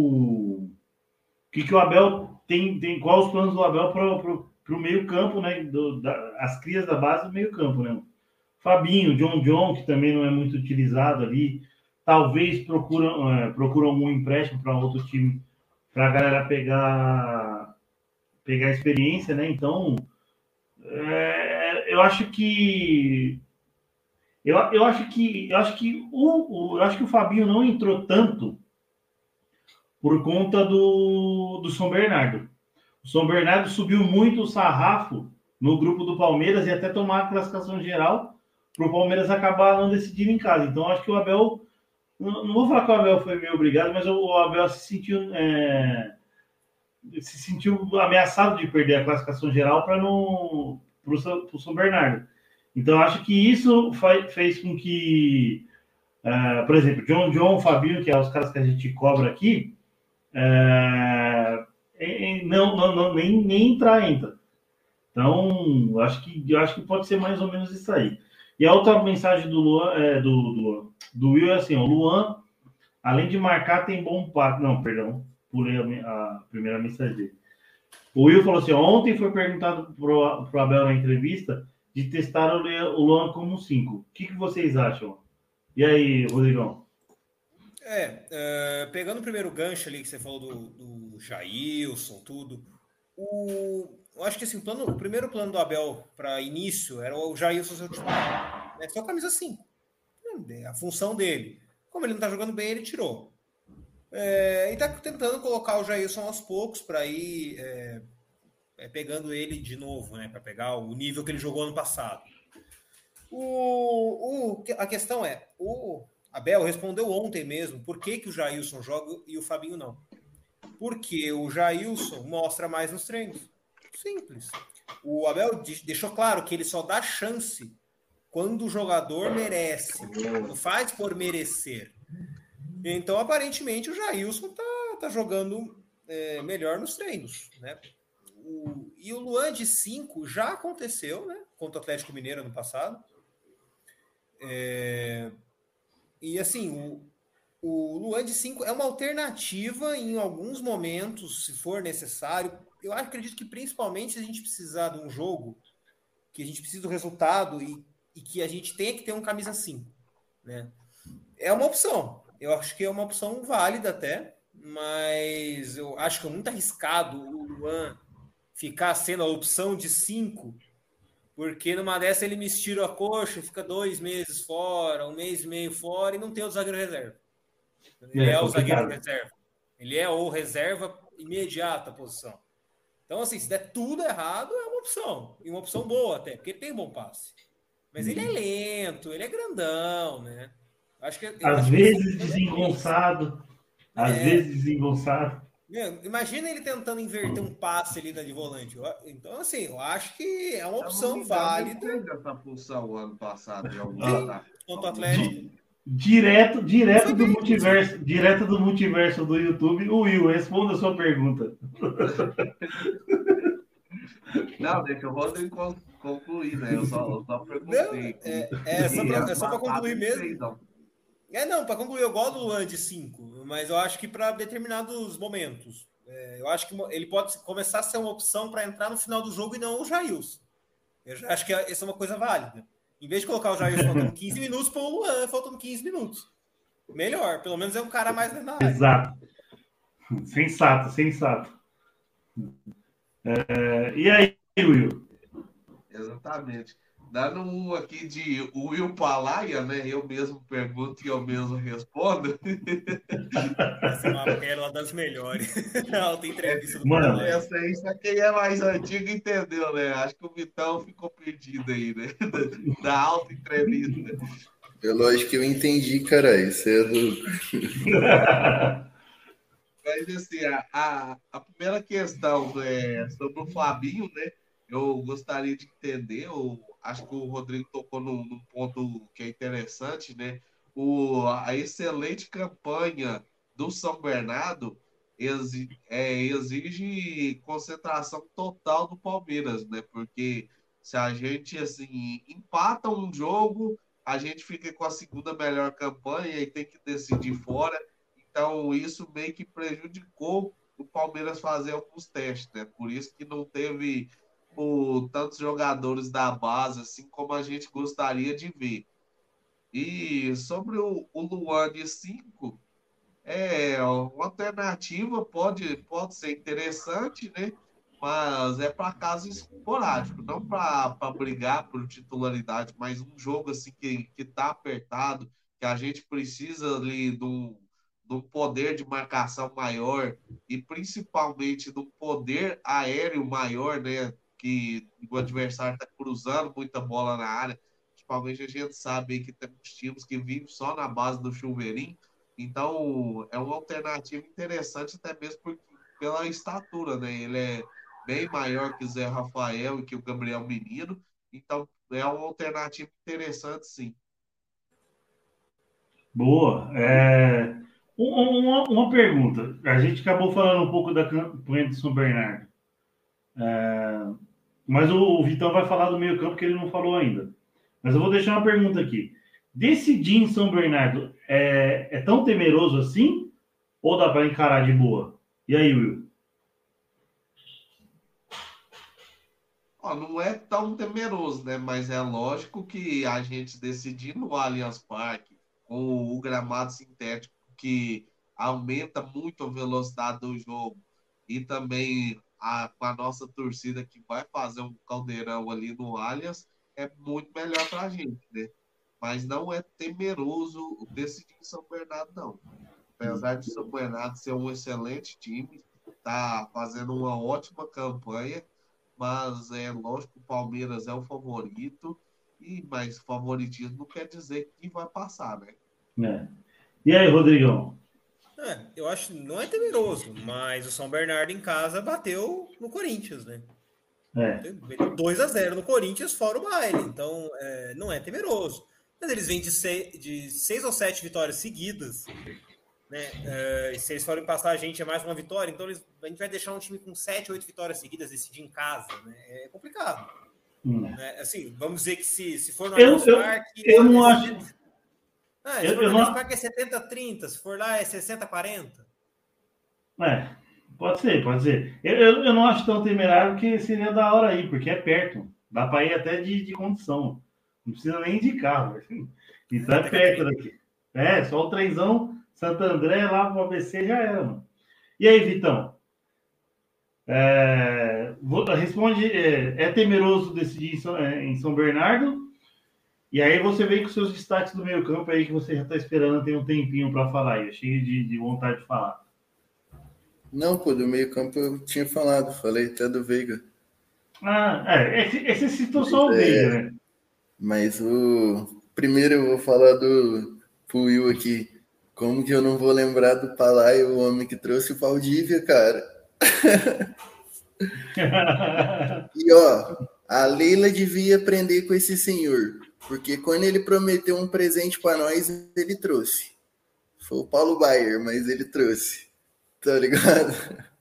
o Abel tem quais os planos do Abel para o meio campo, né? As crias da base do meio campo, né? Fabinho, John, que também não é muito utilizado ali, talvez procuram algum empréstimo para outro time, para a galera pegar experiência, né? Então, eu acho que o Fabinho não entrou tanto por conta do São Bernardo. O São Bernardo subiu muito o sarrafo no grupo do Palmeiras e até tomar a classificação geral para o Palmeiras acabar não decidindo em casa. Então, acho que o Abel... Não vou falar que o Abel foi meio obrigado, mas o Abel se sentiu ameaçado de perder a classificação geral para o São Bernardo. Então, acho que isso fez com que, por exemplo, John, Fabinho, que é os caras que a gente cobra aqui, nem entra. Então, eu acho que pode ser mais ou menos isso aí. E a outra mensagem do Luan, do Will é assim, o Luan, além de marcar, tem bom passe. Não, perdão. pulei a primeira mensagem dele. O Will falou assim, ontem foi perguntado pro Abel na entrevista de testar o Luan como 5. O que vocês acham? E aí, Rodrigão? Pegando o primeiro gancho ali que você falou do Jailson, tudo, eu acho que assim, o primeiro plano do Abel para início era o Jailson ser o titular. Só camisa 5. A função dele. Como ele não tá jogando bem, ele tirou. E tá tentando colocar o Jailson aos poucos para ir pegando ele de novo, né? Para pegar o nível que ele jogou ano passado. A questão é, o Abel respondeu ontem mesmo por que o Jailson joga e o Fabinho não. Porque o Jailson mostra mais nos treinos. Simples. O Abel deixou claro que ele só dá chance quando o jogador merece. Não faz por merecer. Então, aparentemente, o Jailson tá jogando melhor nos treinos, né? E o Luan de 5 já aconteceu, né? Contra o Atlético Mineiro ano passado. E assim, o Luan de 5 é uma alternativa em alguns momentos, se for necessário. Eu acredito que principalmente se a gente precisar de um jogo, que a gente precisa do resultado e que a gente tenha que ter um camisa 5, né? É uma opção. Eu acho que é uma opção válida até, mas eu acho que é muito arriscado o Luan ficar sendo a opção de 5, porque numa dessa ele me estira a coxa, fica 2 meses fora, 1 mês e meio fora e não tem o zagueiro reserva. Ele é o zagueiro reserva. Ele é o reserva imediata a posição. Então, assim, se der tudo errado, é uma opção. E uma opção boa até, porque ele tem bom passe. Mas ele é lento, ele é grandão, né? Às vezes desengonçado. Às vezes desengonçado. Imagina ele tentando inverter um passe ali de volante. Então, assim, eu acho que é uma opção válida. Ele fez essa função o ano passado em algum lugar. Contra o Atlético. Direto do multiverso do YouTube, o Will, responda a sua pergunta. Não, deixa o Rodrigo concluir, né? Eu só perguntei. É só para concluir mesmo. Para concluir, eu gosto do Luan de 5, mas eu acho que para determinados momentos. Eu acho que ele pode começar a ser uma opção para entrar no final do jogo e não o Jailson. Eu acho que essa é uma coisa válida. Em vez de colocar o Jailson faltando 15 minutos, pôr o Luan faltando 15 minutos. Melhor, pelo menos é um cara mais na área. Exato. Sensato. E aí, Will? Exatamente. Dando um aqui de Will Palaia, né? Eu mesmo pergunto e eu mesmo respondo. Essa é uma pérola das melhores. Alta entrevista do Mano, essa aí, só quem é mais antigo entendeu, né? Acho que o Vitão ficou perdido aí, né? Da alta entrevista. É lógico que eu entendi, cara. Isso é do... Mas assim, a primeira questão sobre o Fabinho, né? Eu gostaria de entender, acho que o Rodrigo tocou num ponto que é interessante, né? A excelente campanha do São Bernardo exige concentração total do Palmeiras, né? Porque se a gente, assim, empata um jogo, a gente fica com a segunda melhor campanha e tem que decidir fora. Então, isso meio que prejudicou o Palmeiras fazer alguns testes, né? Por isso que não teve tantos jogadores da base, assim como a gente gostaria de ver. E sobre o Luan de 5, uma alternativa pode ser interessante, né? Mas é para caso esporádico, não para brigar por titularidade, mas um jogo assim que está apertado, que a gente precisa ali do poder de marcação maior e principalmente do poder aéreo maior, né? Que o adversário está cruzando muita bola na área. Principalmente a gente sabe que tem times que vivem só na base do chuveirinho. Então, é uma alternativa interessante, até mesmo pela estatura, né? Ele é bem maior que o Zé Rafael e que o Gabriel Menino. Então, é uma alternativa interessante, sim. Boa. Uma pergunta. A gente acabou falando um pouco da campanha de São Bernardo. Mas o Vitão vai falar do meio campo que ele não falou ainda. Mas eu vou deixar uma pergunta aqui. Decidir em São Bernardo é tão temeroso assim? Ou dá para encarar de boa? E aí, Will? Não é tão temeroso, né? Mas é lógico que a gente decidir no Allianz Parque com o gramado sintético que aumenta muito a velocidade do jogo e também com a nossa torcida que vai fazer um caldeirão ali no Allianz, é muito melhor para a gente, né? Mas não é temeroso decidir em São Bernardo, não. Apesar de São Bernardo ser um excelente time, tá fazendo uma ótima campanha, mas é lógico que o Palmeiras é o favorito, mas favoritismo não quer dizer que vai passar, né? E aí, Rodrigão? Eu acho que não é temeroso, mas o São Bernardo em casa bateu no Corinthians, né? 2-0 no Corinthians, fora o baile. Então, não é temeroso. Mas eles vêm de 6 ou 7 vitórias seguidas, né? E se eles forem passar a gente, é mais uma vitória. Então, a gente vai deixar um time com 7, 8 vitórias seguidas decidir em casa, né? É complicado. Né? Assim, vamos dizer que se for no Allianz Parque... Eu não acho... Se for no Allianz Parque é 70-30, se for lá é 60-40. Pode ser. Eu não acho tão temerário que seria da hora aí, porque é perto. Dá para ir até de condição. Não precisa nem de carro. Então é perto daqui. Só o trenzão, Santo André, lá pro ABC já era, mano. E aí, Vitão? Responde, é temeroso decidir em São Bernardo? E aí você vem com seus destaques do meio campo aí que você já está esperando, tem um tempinho para falar aí. Cheio de vontade de falar. Não, pô, do meio campo eu tinha falado, falei até do Veiga. Esse citou só o Veiga, né? Mas primeiro eu vou falar pro Will aqui. Como que eu não vou lembrar do Palai, o homem que trouxe o Valdívia, cara? E a Leila devia aprender com esse senhor, porque quando ele prometeu um presente para nós, ele trouxe. Foi o Paulo Baier, mas ele trouxe. Tá ligado?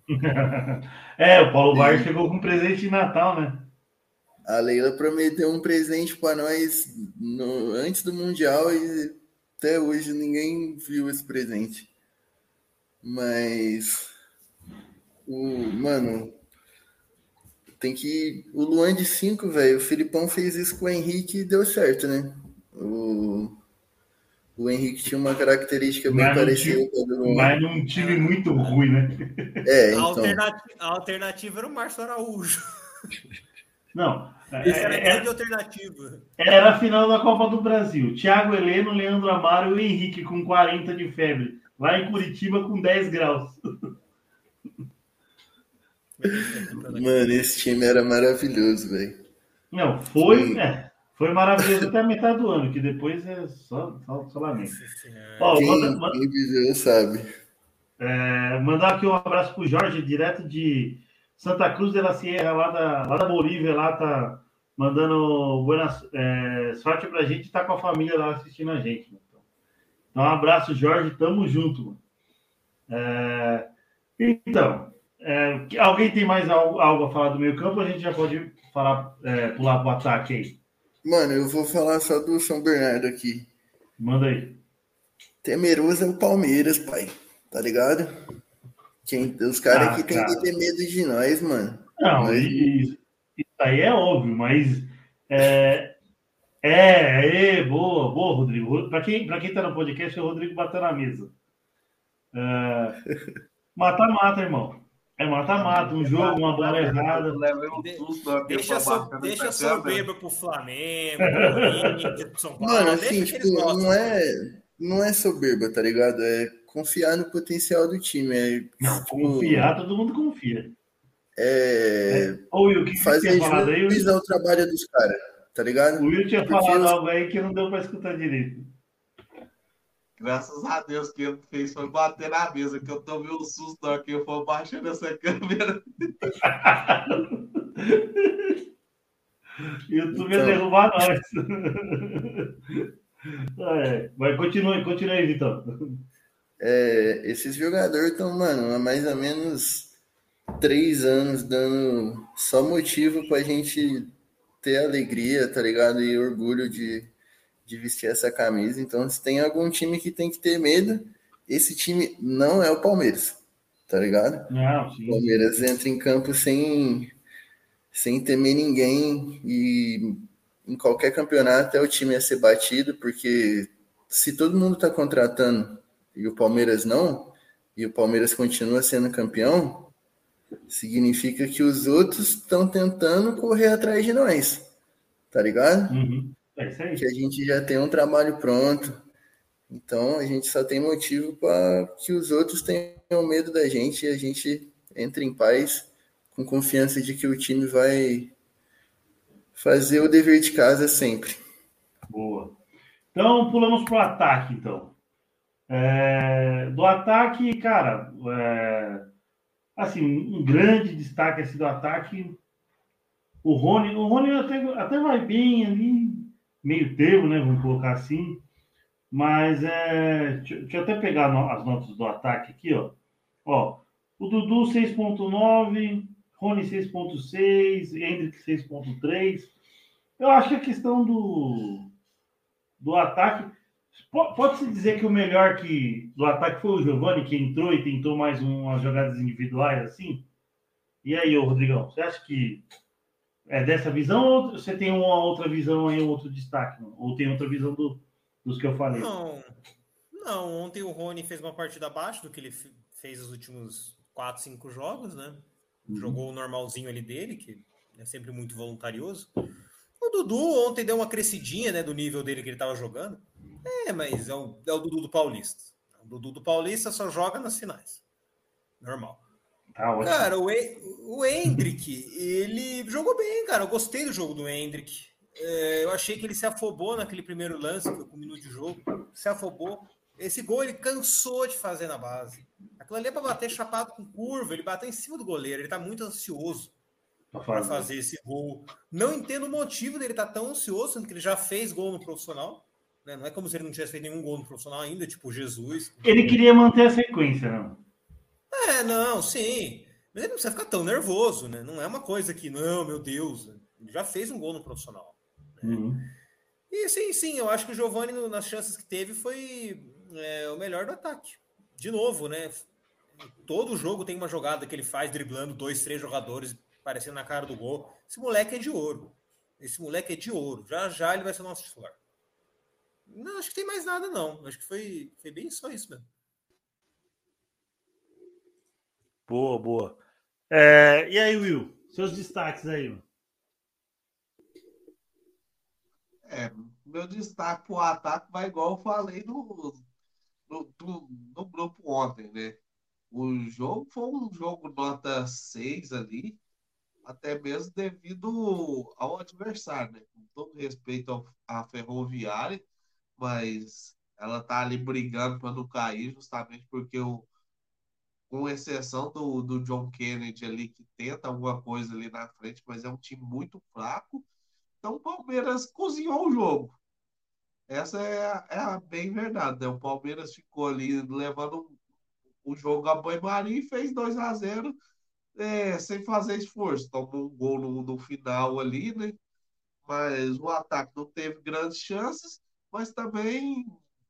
O Paulo Baier chegou com um presente de Natal, né? A Leila prometeu um presente para nós antes do Mundial e até hoje ninguém viu esse presente. Mas mano, tem que... O Luan de 5, velho. O Filipão fez isso com o Henrique e deu certo, né? O Henrique tinha uma característica bem parecida com a do Luan. Mas num time muito ruim, né? Então. A alternativa era o Márcio Araújo. Não. Essa era a grande alternativa. Era a final da Copa do Brasil. Thiago Heleno, Leandro Amaro e o Henrique com 40 de febre. Lá em Curitiba com 10 graus. Mano, esse time era maravilhoso, velho. Não, foi maravilhoso até a metade do ano, que depois é só lamento. Quem viveu sabe. Mandar aqui um abraço pro Jorge, direto de Santa Cruz de la Sierra, lá da Bolívia, lá tá mandando boa sorte pra gente, tá com a família lá assistindo a gente. Então, um abraço, Jorge, tamo junto. Alguém tem mais algo a falar do meio campo? A gente já pode pular pro ataque aí. Mano, eu vou falar só do São Bernardo aqui. Manda aí. Temeroso é o Palmeiras, pai. Tá ligado? Os caras aqui tem que ter medo de nós, mano. Não, isso aí é óbvio, mas boa, Rodrigo. Para quem tá no podcast, é o Rodrigo batendo na mesa. Mata-mata, irmão. Mata-mata, um jogo, uma bola errada. Deixa soberba pro Flamengo, pro São Paulo. Mano, assim, tipo, não é soberba, tá ligado? É confiar no potencial do time. Confiar, todo mundo confia. O fazer juiz ao trabalho dos caras, tá ligado? O Will tinha falado algo aí que não deu pra escutar direito. Graças a Deus que ele fez foi bater na mesa, que eu tomei um susto aqui, eu fui baixando essa câmera. YouTube ia derrubar nós. Vai, continue aí, Vitão. Esses jogadores estão, mano, há mais ou menos 3 anos dando só motivo pra gente ter alegria, tá ligado? E orgulho de vestir essa camisa. Então, se tem algum time que tem que ter medo, esse time não é o Palmeiras, tá ligado? Não, O sim. Palmeiras entra em campo sem temer ninguém e em qualquer campeonato é o time a ser batido, porque se todo mundo tá contratando e o Palmeiras não, e o Palmeiras continua sendo campeão, significa que os outros estão tentando correr atrás de nós, tá ligado? Uhum. É isso Que aí. a gente já tem um trabalho pronto, então a gente só tem motivo para que os outros tenham medo da gente e a gente entre em paz, com confiança de que o time vai fazer o dever de casa sempre. Boa. Então, pulamos pro ataque, então. Do ataque, cara, assim, um grande destaque assim, do ataque, o Rony até vai bem ali, meio termo, né? Vamos colocar assim. Mas deixa eu até pegar as notas do ataque aqui, ó. Ó, o Dudu 6.9, Rony 6.6, Hendrick 6.3. Eu acho que a questão do ataque. Pode-se dizer que o melhor do ataque foi o Giovani, que entrou e tentou mais umas jogadas individuais assim? E aí, ô Rodrigão, você acha que é dessa visão ou você tem uma outra visão aí, um outro destaque? Não? Ou tem outra visão dos que eu falei? Não, ontem o Rony fez uma partida abaixo do que ele fez os últimos 4, 5 jogos, né? Jogou o normalzinho ali dele, que é sempre muito voluntarioso. O Dudu ontem deu uma crescidinha, né, do nível dele que ele estava jogando. Mas é o Dudu do Paulista. O Dudu do Paulista só joga nas finais. Normal. Tá ótimo. Cara, o Hendrick, ele jogou bem, cara. Eu gostei do jogo do Hendrick. Eu achei que ele se afobou naquele primeiro lance, que foi com um minuto de jogo. Se afobou. Esse gol ele cansou de fazer na base. Aquilo ali é para bater chapado com curva. Ele bateu em cima do goleiro. Ele tá muito ansioso para fazer esse gol. Não entendo o motivo dele estar tão ansioso, sendo que ele já fez gol no profissional. Né? Não é como se ele não tivesse feito nenhum gol no profissional ainda, tipo Jesus. Ele queria manter a sequência, não? Não, sim. Mas ele não precisa ficar tão nervoso, né? Não é uma coisa que, não, meu Deus. Ele já fez um gol no profissional. Né? Uhum. E sim, eu acho que o Giovani, nas chances que teve, foi o melhor do ataque. De novo, né? Todo jogo tem uma jogada que ele faz driblando 2, 3 jogadores parecendo na cara do gol. Esse moleque é de ouro. Já ele vai ser nosso titular. Não, acho que tem mais nada, não. Acho que foi bem só isso mesmo. Boa. E aí, Will? Seus destaques aí, mano. Meu destaque pro ataque vai igual eu falei no grupo ontem, né? O jogo foi um jogo nota 6 ali, até mesmo devido ao adversário, né? Com todo respeito à Ferroviária, mas ela tá ali brigando para não cair, justamente porque com exceção do John Kennedy ali, que tenta alguma coisa ali na frente, mas é um time muito fraco. Então o Palmeiras cozinhou o jogo. Essa é a bem verdade, né? O Palmeiras ficou ali levando o jogo a banho-maria e fez 2-0 sem fazer esforço. Tomou um gol no final ali, né? Mas o ataque não teve grandes chances, mas também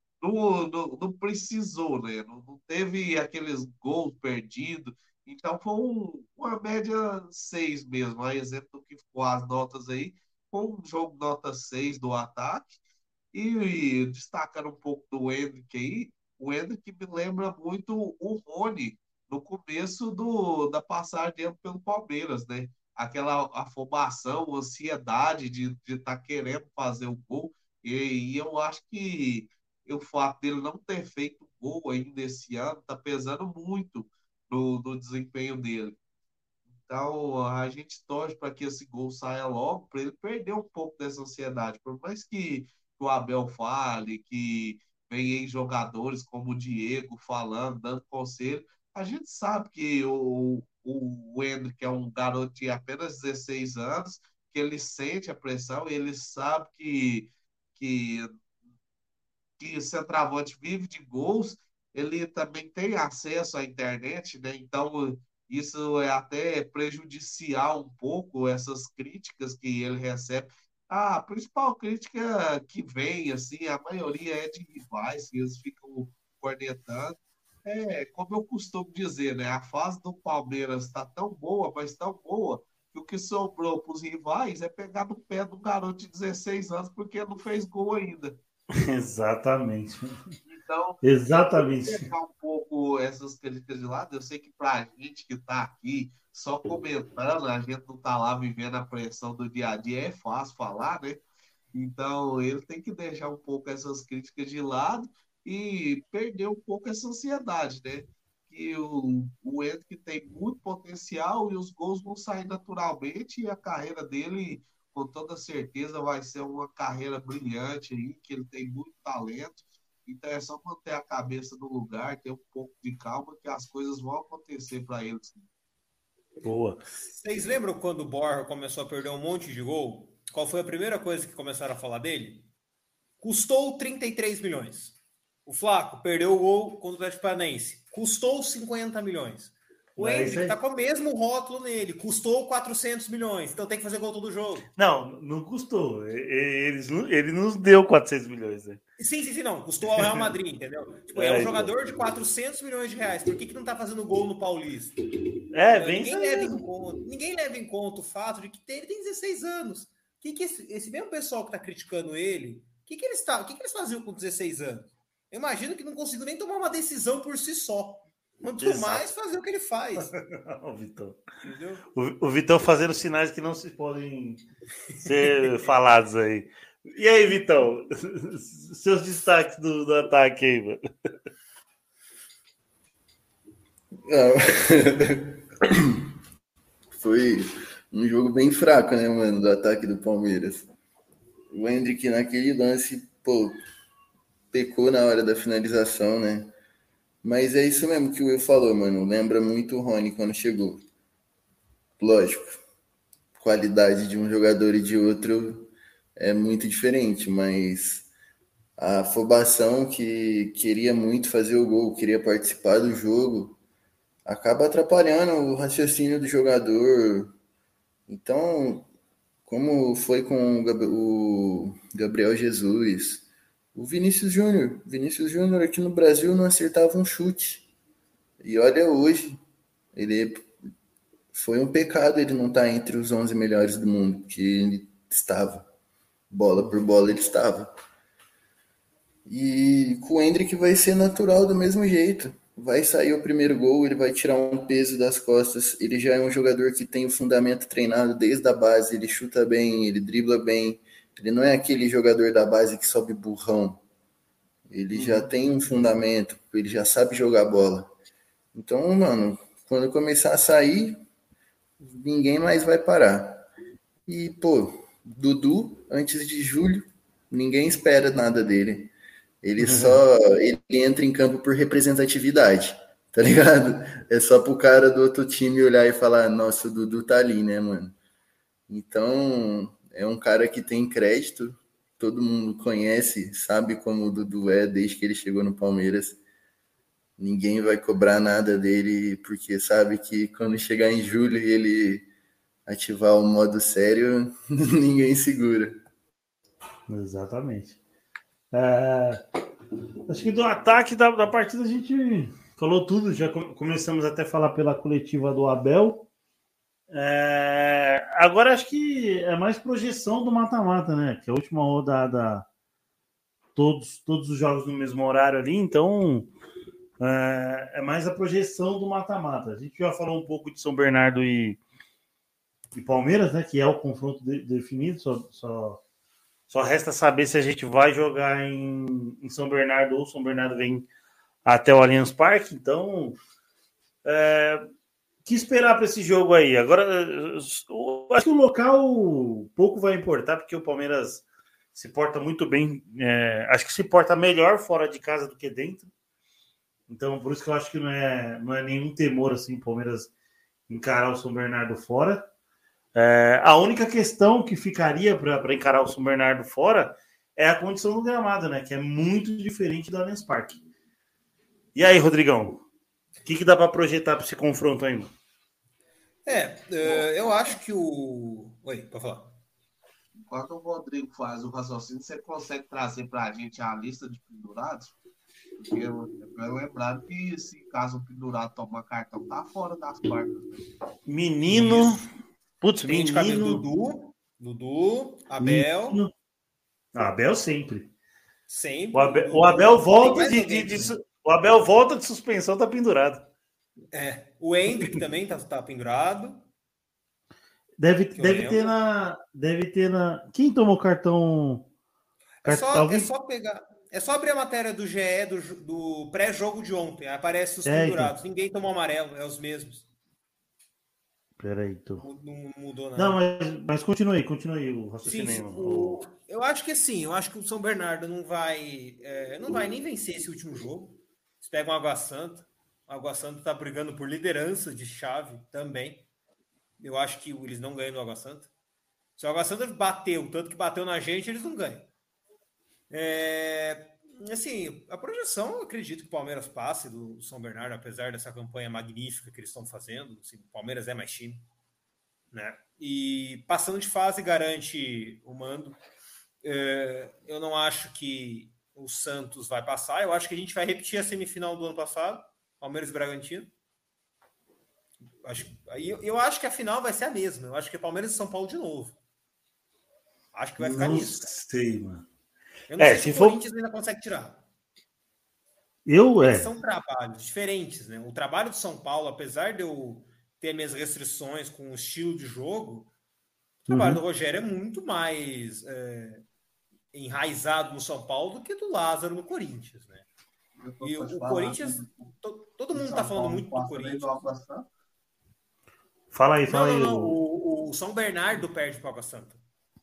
não precisou, né? Não teve aqueles gols perdidos. Então foi uma média 6 mesmo. A exemplo do que ficou as notas aí, foi um jogo nota 6 do ataque. E destacando um pouco do Hendrick aí, o Hendrick me lembra muito o Rony no começo da passagem dele pelo Palmeiras, né? Aquela afobação, ansiedade de estar querendo fazer o gol. E eu acho que o fato dele não ter feito gol ainda esse ano está pesando muito no desempenho dele. Então, a gente torce para que esse gol saia logo, para ele perder um pouco dessa ansiedade. Por mais que o Abel fale, que vem aí jogadores como o Diego falando, dando conselho, a gente sabe que o Hendrick é um garoto de apenas 16 anos, que ele sente a pressão e ele sabe que o centroavante vive de gols, ele também tem acesso à internet, né? Então isso é até prejudicial um pouco essas críticas que ele recebe. A principal crítica que vem, assim, a maioria é de rivais, que eles ficam cornetando. como eu costumo dizer, né? A fase do Palmeiras está tão boa, mas tão boa, que o que sobrou para os rivais é pegar no pé do garoto de 16 anos, porque não fez gol ainda. Exatamente. Então, Exatamente. pegar um pouco essas críticas de lado, eu sei que para a gente que está aqui só comentando, a gente não está lá vivendo a pressão do dia a dia, é fácil falar, né? Então, ele tem que deixar um pouco essas críticas de lado e perder um pouco essa ansiedade, né? Que o Endrick tem muito potencial e os gols vão sair naturalmente e a carreira dele, com toda certeza, vai ser uma carreira brilhante aí, que ele tem muito talento. Então é só manter a cabeça no lugar, ter um pouco de calma, que as coisas vão acontecer para ele. Boa. Vocês lembram quando o Borja começou a perder um monte de gol? Qual foi a primeira coisa que começaram a falar dele? Custou 33 milhões. O Flaco perdeu o gol contra o Atlético Paranaense. Custou 50 milhões. O Endrick tá com o mesmo rótulo nele. Custou 400 milhões. Então tem que fazer gol todo jogo. Não custou. Ele nos deu 400 milhões, né? Sim, não. Custou ao Real Madrid, entendeu? Tipo, é um jogador de 400 milhões de reais. Por que não tá fazendo gol no Paulista? Ninguém leva em conta o fato de que ele tem 16 anos. Esse mesmo pessoal que tá criticando ele, o que eles faziam com 16 anos? Eu imagino que não conseguiu nem tomar uma decisão por si só. Quanto mais fazer o que ele faz. O Vitão. O Vitão fazendo sinais que não se podem ser falados aí. E aí, Vitão? Seus destaques do ataque aí, mano. Foi um jogo bem fraco, né, mano, do ataque do Palmeiras. O Endrick naquele lance, pecou na hora da finalização, né? Mas é isso mesmo que o Will falou, mano. Lembra muito o Rony quando chegou. Lógico, qualidade de um jogador e de outro é muito diferente, mas a afobação que queria muito fazer o gol, queria participar do jogo, acaba atrapalhando o raciocínio do jogador. Então, como foi com o Gabriel Jesus, o Vinícius Júnior aqui no Brasil não acertava um chute. E olha hoje, foi um pecado ele não estar entre os 11 melhores do mundo, porque ele estava. Bola por bola ele estava. E com o Endrick vai ser natural do mesmo jeito. Vai sair o primeiro gol, ele vai tirar um peso das costas. Ele já é um jogador que tem o fundamento treinado desde a base. Ele chuta bem, ele dribla bem. Ele não é aquele jogador da base que sobe burrão. Ele já tem um fundamento, ele já sabe jogar bola. Então, mano, quando começar a sair, ninguém mais vai parar. E, Dudu, antes de julho, ninguém espera nada dele. Ele entra em campo por representatividade, tá ligado? É só pro cara do outro time olhar e falar, nossa, o Dudu tá ali, né, mano? Então, é um cara que tem crédito, todo mundo conhece, sabe como o Dudu é desde que ele chegou no Palmeiras. Ninguém vai cobrar nada dele, porque sabe que quando chegar em julho e ele ativar o modo sério, ninguém segura. Exatamente. Acho que do ataque da partida a gente falou tudo, já começamos até a falar pela coletiva do Abel. Agora acho que é mais projeção do mata-mata, né? Que é a última rodada, todos os jogos no mesmo horário ali, então é mais a projeção do mata-mata. A gente já falou um pouco de São Bernardo e Palmeiras, né? Que é o confronto definido, só resta saber se a gente vai jogar em São Bernardo ou São Bernardo vem até o Allianz Parque. Então, que esperar para esse jogo aí? Agora, acho que o local pouco vai importar, porque o Palmeiras se porta muito bem. Acho que se porta melhor fora de casa do que dentro. Então, por isso que eu acho que não é nenhum temor assim, o Palmeiras encarar o São Bernardo fora. A única questão que ficaria para encarar o São Bernardo fora é a condição do gramado, né? Que é muito diferente do Allianz Parque. E aí, Rodrigão? O que dá para projetar para esse confronto ainda? Eu acho que o... Oi, pode falar. Enquanto o Rodrigo faz o raciocínio, você consegue trazer para a gente a lista de pendurados? Eu lembrando que se caso o pendurado tomar cartão, tá fora das quartas. Menino. Putz, Tem de camisa menino. Dudu, Abel. Menino. Abel sempre. Sempre. O Abel volta o Abel volta de suspensão, tá pendurado. O Hendrick também tá pendurado. Deve ter na. Quem tomou cartão? É só pegar. É só abrir a matéria do GE do pré-jogo de ontem. Aparece os pendurados. Então. Ninguém tomou amarelo, é os mesmos. Peraí, Não mudou nada. Não, mas continue o raciocínio. Eu acho que sim. Eu acho que o São Bernardo não vai nem vencer esse último jogo. Eles pegam o Água Santa. O Água Santa está brigando por liderança de chave também. Eu acho que eles não ganham no Água Santa. Se o Água Santa bateu, tanto que bateu na gente, eles não ganham. Assim, a projeção, eu acredito que o Palmeiras passe do São Bernardo, apesar dessa campanha magnífica que eles estão fazendo. Assim, o Palmeiras é mais time, né? E passando de fase garante o mando. Eu não acho que o Santos vai passar. Eu acho que a gente vai repetir a semifinal do ano passado, Palmeiras e Bragantino. Eu acho que a final vai ser a mesma. Eu acho que é Palmeiras e São Paulo de novo. Acho que vai ficar nisso. Não sei, mano. Eu não sei se o Corinthians ainda consegue tirar. São trabalhos diferentes, né? O trabalho do São Paulo, apesar de eu ter minhas restrições com o estilo de jogo, o trabalho do Rogério é muito mais enraizado no São Paulo do que do Lázaro no Corinthians, né? E o Corinthians, todo mundo está falando muito do Corinthians. Fala aí. Não. O São Bernardo perde para o Água Santa.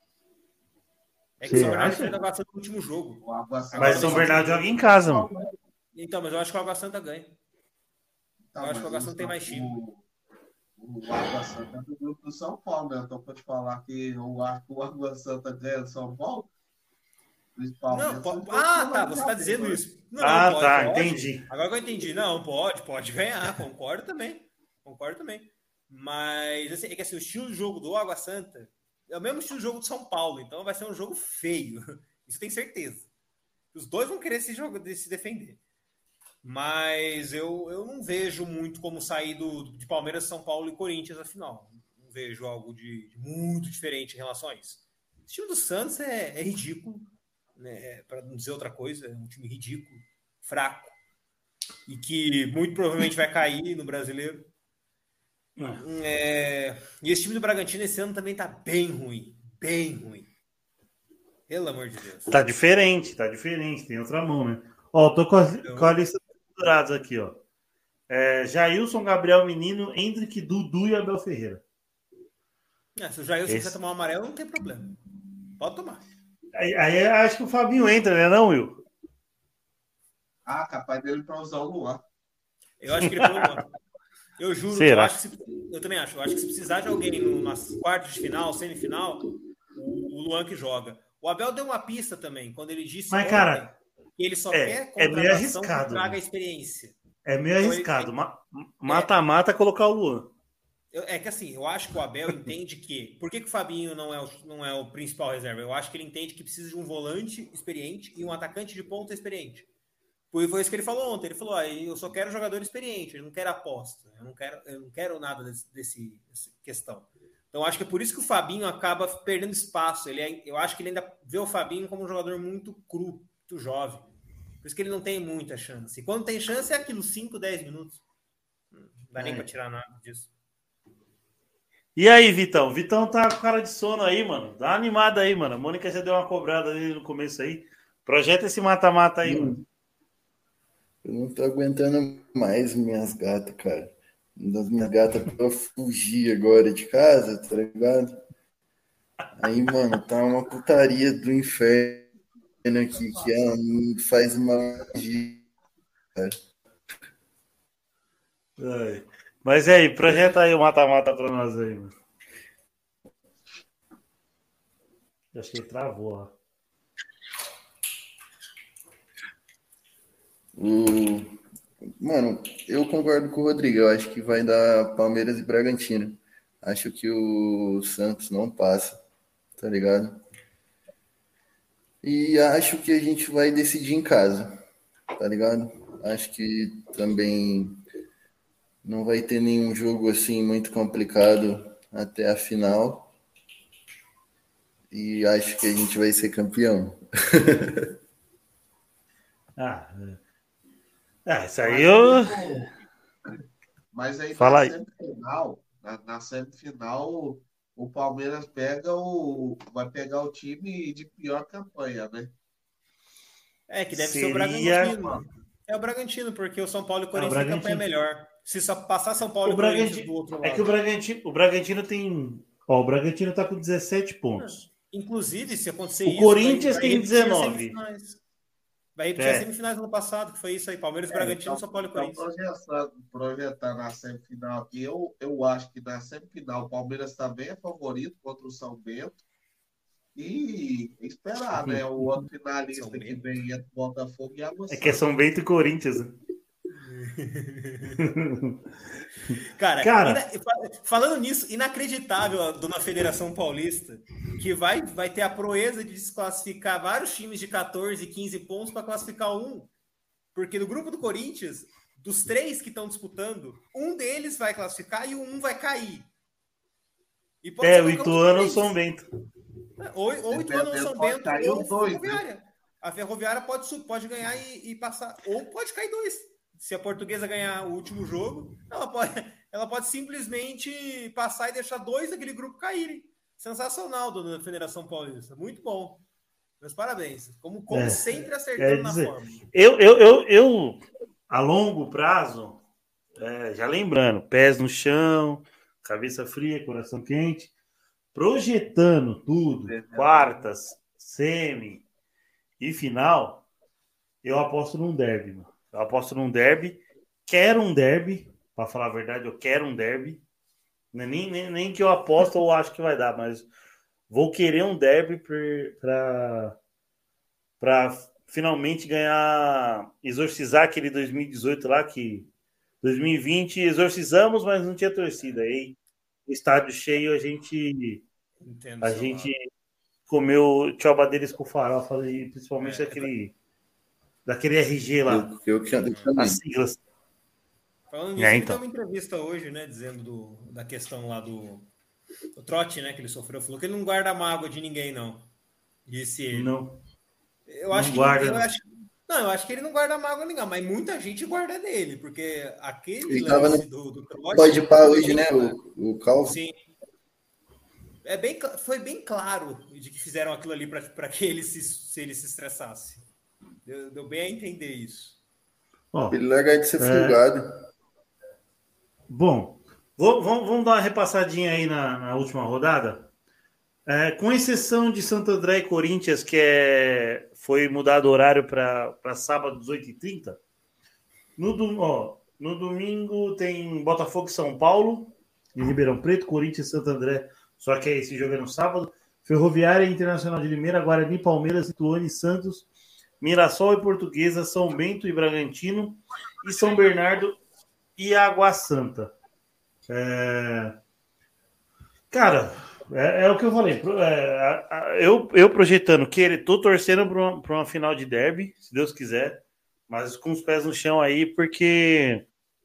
É que o São Bernardo perde o Água Santa no último jogo. Mas o São Bernardo joga em casa, mano. Então, mas eu acho que o Água Santa ganha. Eu acho que o Água Santa tem mais time. O Água Santa é do grupo do São Paulo, né? Então, pode falar que o Água Santa ganha do São Paulo? Não, tá, você está dizendo isso. Não, pode. Entendi. Agora que eu entendi. Não, pode ganhar, concordo também. Mas assim, é que assim, o estilo de jogo do Água Santa é o mesmo estilo de jogo do São Paulo, então vai ser um jogo feio. Isso eu tenho certeza. Os dois vão querer se defender. Mas eu não vejo muito como sair de Palmeiras, São Paulo e Corinthians na final. Não vejo algo de muito diferente em relação a isso. O time do Santos é ridículo, né? Para não dizer outra coisa, é um time ridículo, fraco, e que muito provavelmente vai cair no Brasileiro. E esse time do Bragantino esse ano também tá bem ruim. Pelo amor de Deus. Tá diferente. Tem outra mão, né? Ó, tô com a lista dos pendurados aqui, ó. Jailson, Gabriel Menino, Hendrick, Dudu e Abel Ferreira. Se o Jailson quiser tomar um amarelo, não tem problema. Pode tomar. Aí acho que o Fabinho entra, né, não, Will? Capaz dele pra usar o Luan. Eu acho que ele põe o Luan. Eu juro, eu também acho. Eu acho que se precisar de alguém nas quartas de final, semifinal, o Luan que joga. O Abel deu uma pista também, quando ele disse que ele só quer contratação que traga experiência. É meio arriscado. Mata-mata colocar o Luan. É que assim, eu acho que o Abel entende que... Por que o Fabinho não é o principal reserva? Eu acho que ele entende que precisa de um volante experiente e um atacante de ponta experiente. Foi isso que ele falou ontem. Ele falou, eu só quero jogador experiente, eu não quero aposta. Eu não quero nada dessa questão. Então, acho que é por isso que o Fabinho acaba perdendo espaço. Eu acho que ele ainda vê o Fabinho como um jogador muito cru, muito jovem. Por isso que ele não tem muita chance. E quando tem chance, é aquilo, 5, 10 minutos. Não dá nem pra tirar nada disso. E aí, Vitão? Vitão tá com cara de sono aí, mano. Dá uma animada aí, mano. A Mônica já deu uma cobrada ali no começo aí. Projeta esse mata-mata aí, mano. Eu não tô aguentando mais minhas gatas, cara. Uma das minhas gatas pra fugir agora de casa, tá ligado? Aí, mano, tá uma putaria do inferno aqui, que ela faz uma magia, cara. Mas e aí, projeta aí o mata-mata pra nós aí, mano. Eu acho que ele travou, ó. Mano, eu concordo com o Rodrigo. Eu acho que vai dar Palmeiras e Bragantino. Acho que o Santos não passa, tá ligado? E acho que a gente vai decidir em casa. tá ligado? Acho que também não vai ter nenhum jogo assim muito complicado até a final. E acho que a gente vai ser campeão. Isso aí eu... Mas aí Fala aí. na semifinal, o Palmeiras vai pegar o time de pior campanha, né? Que deve ser o Bragantino. É o Bragantino, porque o São Paulo e o Corinthians têm campanha melhor. Se só passar São Paulo e Corinthians do outro lado. É que o Bragantino tem... o Bragantino tá com 17 pontos. Inclusive, se acontecer isso... O Corinthians tem 19. Vai repetir as semifinais do ano passado, que foi isso aí. Palmeiras, Bragantino, São Paulo e Corinthians. Projetar na semifinal aqui, eu acho que na semifinal o Palmeiras também é favorito contra o São Bento. E esperar, né? O outro finalista que vem é Botafogo e Água Santa. É que é São Bento e Corinthians. Cara, falando nisso, inacreditável a dona Federação Paulista, que vai ter a proeza de desclassificar vários times de 14, 15 pontos para classificar um. Porque no grupo do Corinthians, dos 3 que estão disputando, um deles vai classificar e um vai cair. E o Ituano ou o São Bento. Ou o Ituano ou o São Bento ou Ferroviária. A Ferroviária pode ganhar e passar. Ou pode cair 2. Se a Portuguesa ganhar o último jogo, ela pode simplesmente passar e deixar 2 daquele grupo caírem. Sensacional, dona Federação Paulista. Muito bom. Meus parabéns. Como sempre, acertando na forma. Eu, a longo prazo, já lembrando, pés no chão, cabeça fria, coração quente, projetando tudo, quartas, semi e final, eu aposto num derby, mano. Eu aposto num derby, quero um derby, para falar a verdade, eu quero um derby. Nem que eu aposto ou acho que vai dar, mas vou querer um derby para finalmente ganhar, exorcizar aquele 2018 lá, que 2020 exorcizamos, mas não tinha torcida. Aí, o estádio cheio, a gente comeu tchoba deles com farofa, e principalmente daquele RG lá. As siglas. Falando nisso, ele deu uma entrevista hoje, né, dizendo da questão lá do trote, né, que ele sofreu. Falou que ele não guarda mágoa de ninguém, não. Disse ele. Não. Eu acho que ele não guarda mágoa de ninguém, mas muita gente guarda dele, porque aquele lance do trote... Pode pá hoje, né, o Calvo? Sim. Foi bem claro de que fizeram aquilo ali para que ele se estressasse. Deu bem a entender isso. Ele larga de ser folgado. Bom, vamos dar uma repassadinha aí na última rodada. Com exceção de Santo André e Corinthians, que foi mudado o horário para sábado, 18h30. No domingo tem Botafogo e São Paulo, em Ribeirão Preto, Corinthians e Santo André, só que esse jogo é no sábado. Ferroviária Internacional de Limeira, Guarani, Palmeiras, Ituano e Santos, Mirassol e Portuguesa, São Bento e Bragantino, e São Bernardo e Água Santa. Cara, é o que eu falei. Eu projetando, tô torcendo para uma final de derby, se Deus quiser, mas com os pés no chão aí, porque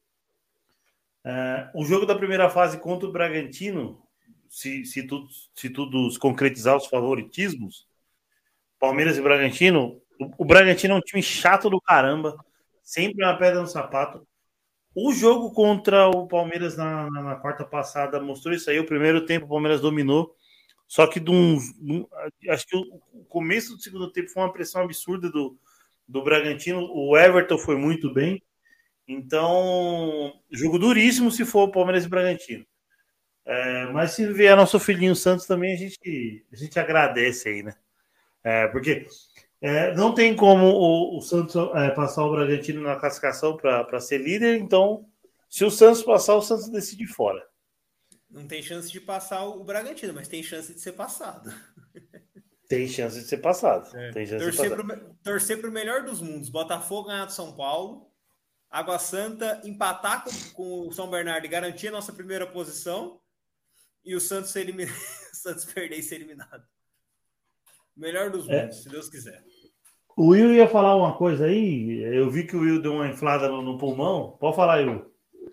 o jogo da primeira fase contra o Bragantino, se tudo se concretizar os favoritismos, Palmeiras e Bragantino, o Bragantino é um time chato do caramba, sempre uma pedra no sapato. O jogo contra o Palmeiras na quarta passada mostrou isso aí. O primeiro tempo o Palmeiras dominou, só que acho que o começo do segundo tempo foi uma pressão absurda do Bragantino. O Everton foi muito bem, então jogo duríssimo se for o Palmeiras e Bragantino. Mas se vier nosso filhinho Santos também, a gente agradece aí, né? Porque não tem como o Santos passar o Bragantino na classificação para ser líder, então se o Santos passar, o Santos decide fora. Não tem chance de passar o Bragantino, mas tem chance de ser passado. Tem chance de ser passado. Torcer para o melhor dos mundos. Botafogo ganhar do São Paulo, Água Santa empatar com o São Bernardo e garantir a nossa primeira posição, e o Santos Santos perder e ser eliminado. Melhor dos mundos, se Deus quiser. O Will ia falar uma coisa aí. Eu vi que o Will deu uma inflada no pulmão. Pode falar, Will.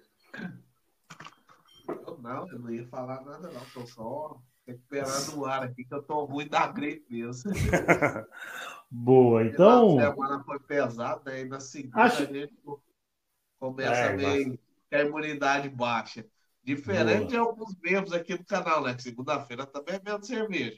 Eu não ia falar nada, não. Tô só recuperando o ar aqui, que eu tô ruim da gripe mesmo. Boa, então. A semana foi pesada, né? E na segunda a gente começa a ver que a imunidade baixa. Diferente de alguns membros aqui do canal, né? Que segunda-feira também é bebendo cerveja.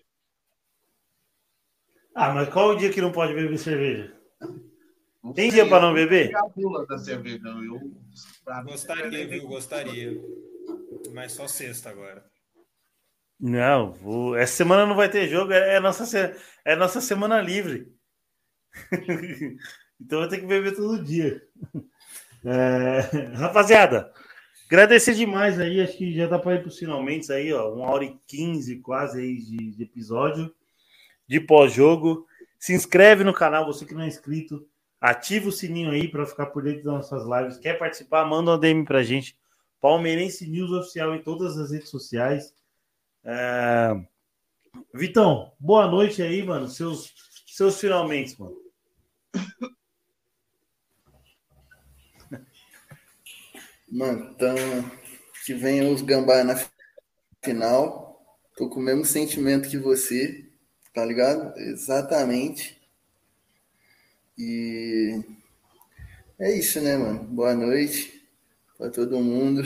Mas qual o dia que não pode beber cerveja? Tem sei, dia para não beber? A bula da cerveja, Gostaria, viu? Gostaria. Mas só sexta agora. Não, essa semana não vai ter jogo, é nossa semana livre. Então eu tenho que beber todo dia. Rapaziada, agradecer demais aí, acho que já dá para ir para os finalmente aí, ó, 1h15 quase aí de episódio de pós-jogo. Se inscreve no canal, você que não é inscrito, ativa o sininho aí para ficar por dentro das nossas lives. Quer participar? Manda uma DM pra gente. Palmeirense News Oficial em todas as redes sociais. Vitão, boa noite aí, mano. Seus finalmente, mano. Mano, então, que venham os gambá na final. Tô com o mesmo sentimento que você, tá ligado? Exatamente. E é isso, né, mano? Boa noite pra todo mundo.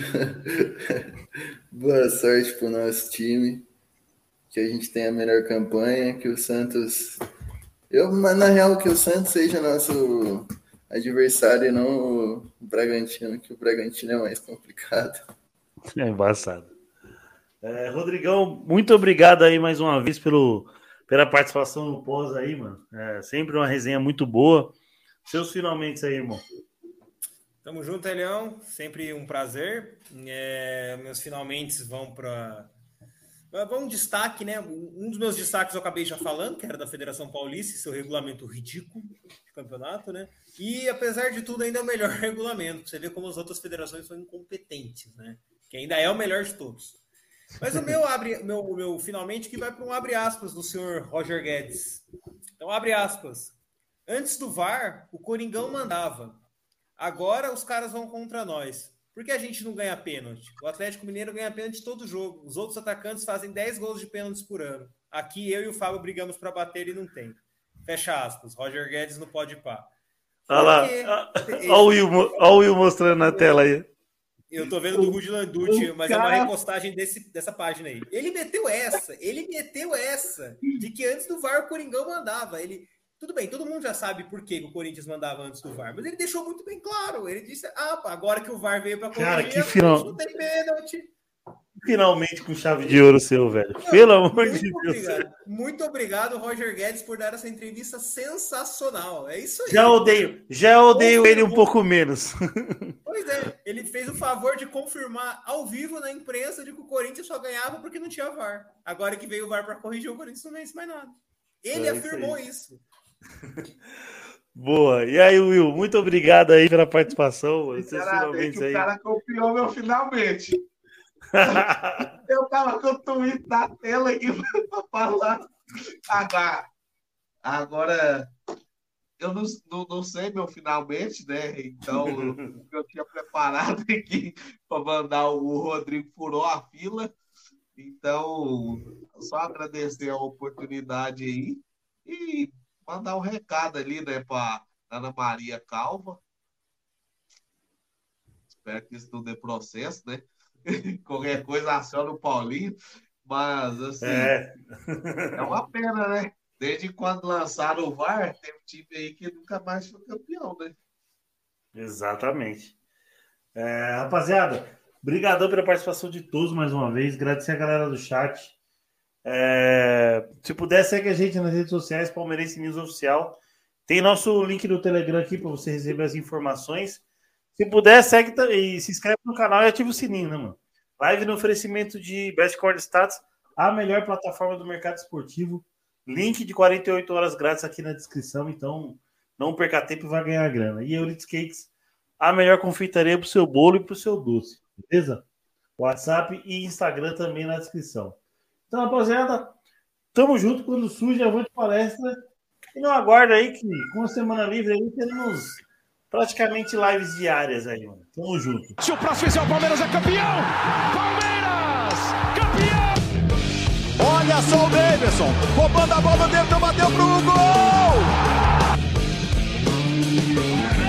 Boa sorte pro nosso time. Que a gente tenha a melhor campanha. Que o Santos... Mas na real, que o Santos seja nosso adversário e não o Bragantino, que o Bragantino é mais complicado. É embaçado. Rodrigão, muito obrigado aí mais uma vez pela participação no pós aí, mano. Sempre uma resenha muito boa. Seus finalmente aí, irmão. Tamo junto, Elião. Sempre um prazer. Meus finalmente vão para... Um destaque, né? Um dos meus destaques eu acabei já falando, que era da Federação Paulista, seu regulamento ridículo de campeonato, né? E, apesar de tudo, ainda é o melhor regulamento. Você vê como as outras federações são incompetentes, né? Que ainda é o melhor de todos. Mas o meu finalmente que vai para um abre aspas do senhor Roger Guedes. Então, abre aspas. Antes do VAR, o Coringão mandava. Agora os caras vão contra nós. Por que a gente não ganha pênalti? O Atlético Mineiro ganha pênalti todo jogo. Os outros atacantes fazem 10 gols de pênaltis por ano. Aqui eu e o Fábio brigamos para bater e não tem. Fecha aspas. Roger Guedes não pode pá. Olha lá. Olha o Will mostrando na tela aí. Eu tô vendo do Rudy Landucci, mas é uma repostagem dessa página aí. Ele meteu essa de que antes do VAR o Coringão mandava. Tudo bem, todo mundo já sabe por que o Corinthians mandava antes do VAR, mas ele deixou muito bem claro. Ele disse, agora que o VAR veio para corrigir, não tem pênalti. Finalmente com chave de ouro seu, velho. Pelo amor de Deus. Muito obrigado, Roger Guedes, por dar essa entrevista sensacional. É isso aí. Já odeio ele um pouco menos. Pois é, ele fez o favor de confirmar ao vivo na imprensa de que o Corinthians só ganhava porque não tinha VAR. Agora que veio o VAR para corrigir, o Corinthians não vence mais nada. Ele afirmou isso. Boa. E aí, Will, muito obrigado aí pela participação. Sinceramente, o cara copiou meu finalmente. Eu tava com o tweet na tela aqui pra falar. Agora, eu não sei meu finalmente, né? Então, eu tinha preparado aqui para mandar o Rodrigo furou a fila. Então, só agradecer a oportunidade aí e mandar um recado ali, né, para Ana Maria Calva. Espero que isso não dê processo, né? Qualquer coisa aciona o Paulinho. Mas, assim, é uma pena, né? Desde quando lançaram o VAR, tem um time aí que nunca mais foi campeão, né? Exatamente. Rapaziada, brigadão pela participação de todos mais uma vez. Agradecer a galera do chat. Se puder, segue a gente nas redes sociais, Palmeirense News Oficial. Tem nosso link no Telegram aqui para você receber as informações. Se puder, segue e se inscreve no canal e ativa o sininho, né, mano? Live no oferecimento de Best Core Stats, a melhor plataforma do mercado esportivo. Link de 48 horas grátis aqui na descrição, então não perca tempo e vai ganhar grana. E Euridice Cakes, a melhor confeitaria para o seu bolo e para o seu doce, beleza? WhatsApp e Instagram também na descrição. Então, rapaziada, tamo junto. Quando surge a Avante Palestra, E não aguarda aí que com a semana livre aí teremos praticamente lives diárias aí, mano. Tamo junto. Se o próximo fizer, o Palmeiras é campeão! Palmeiras! Campeão! Olha só o Davidson, roubando a bola dentro, bateu pro gol!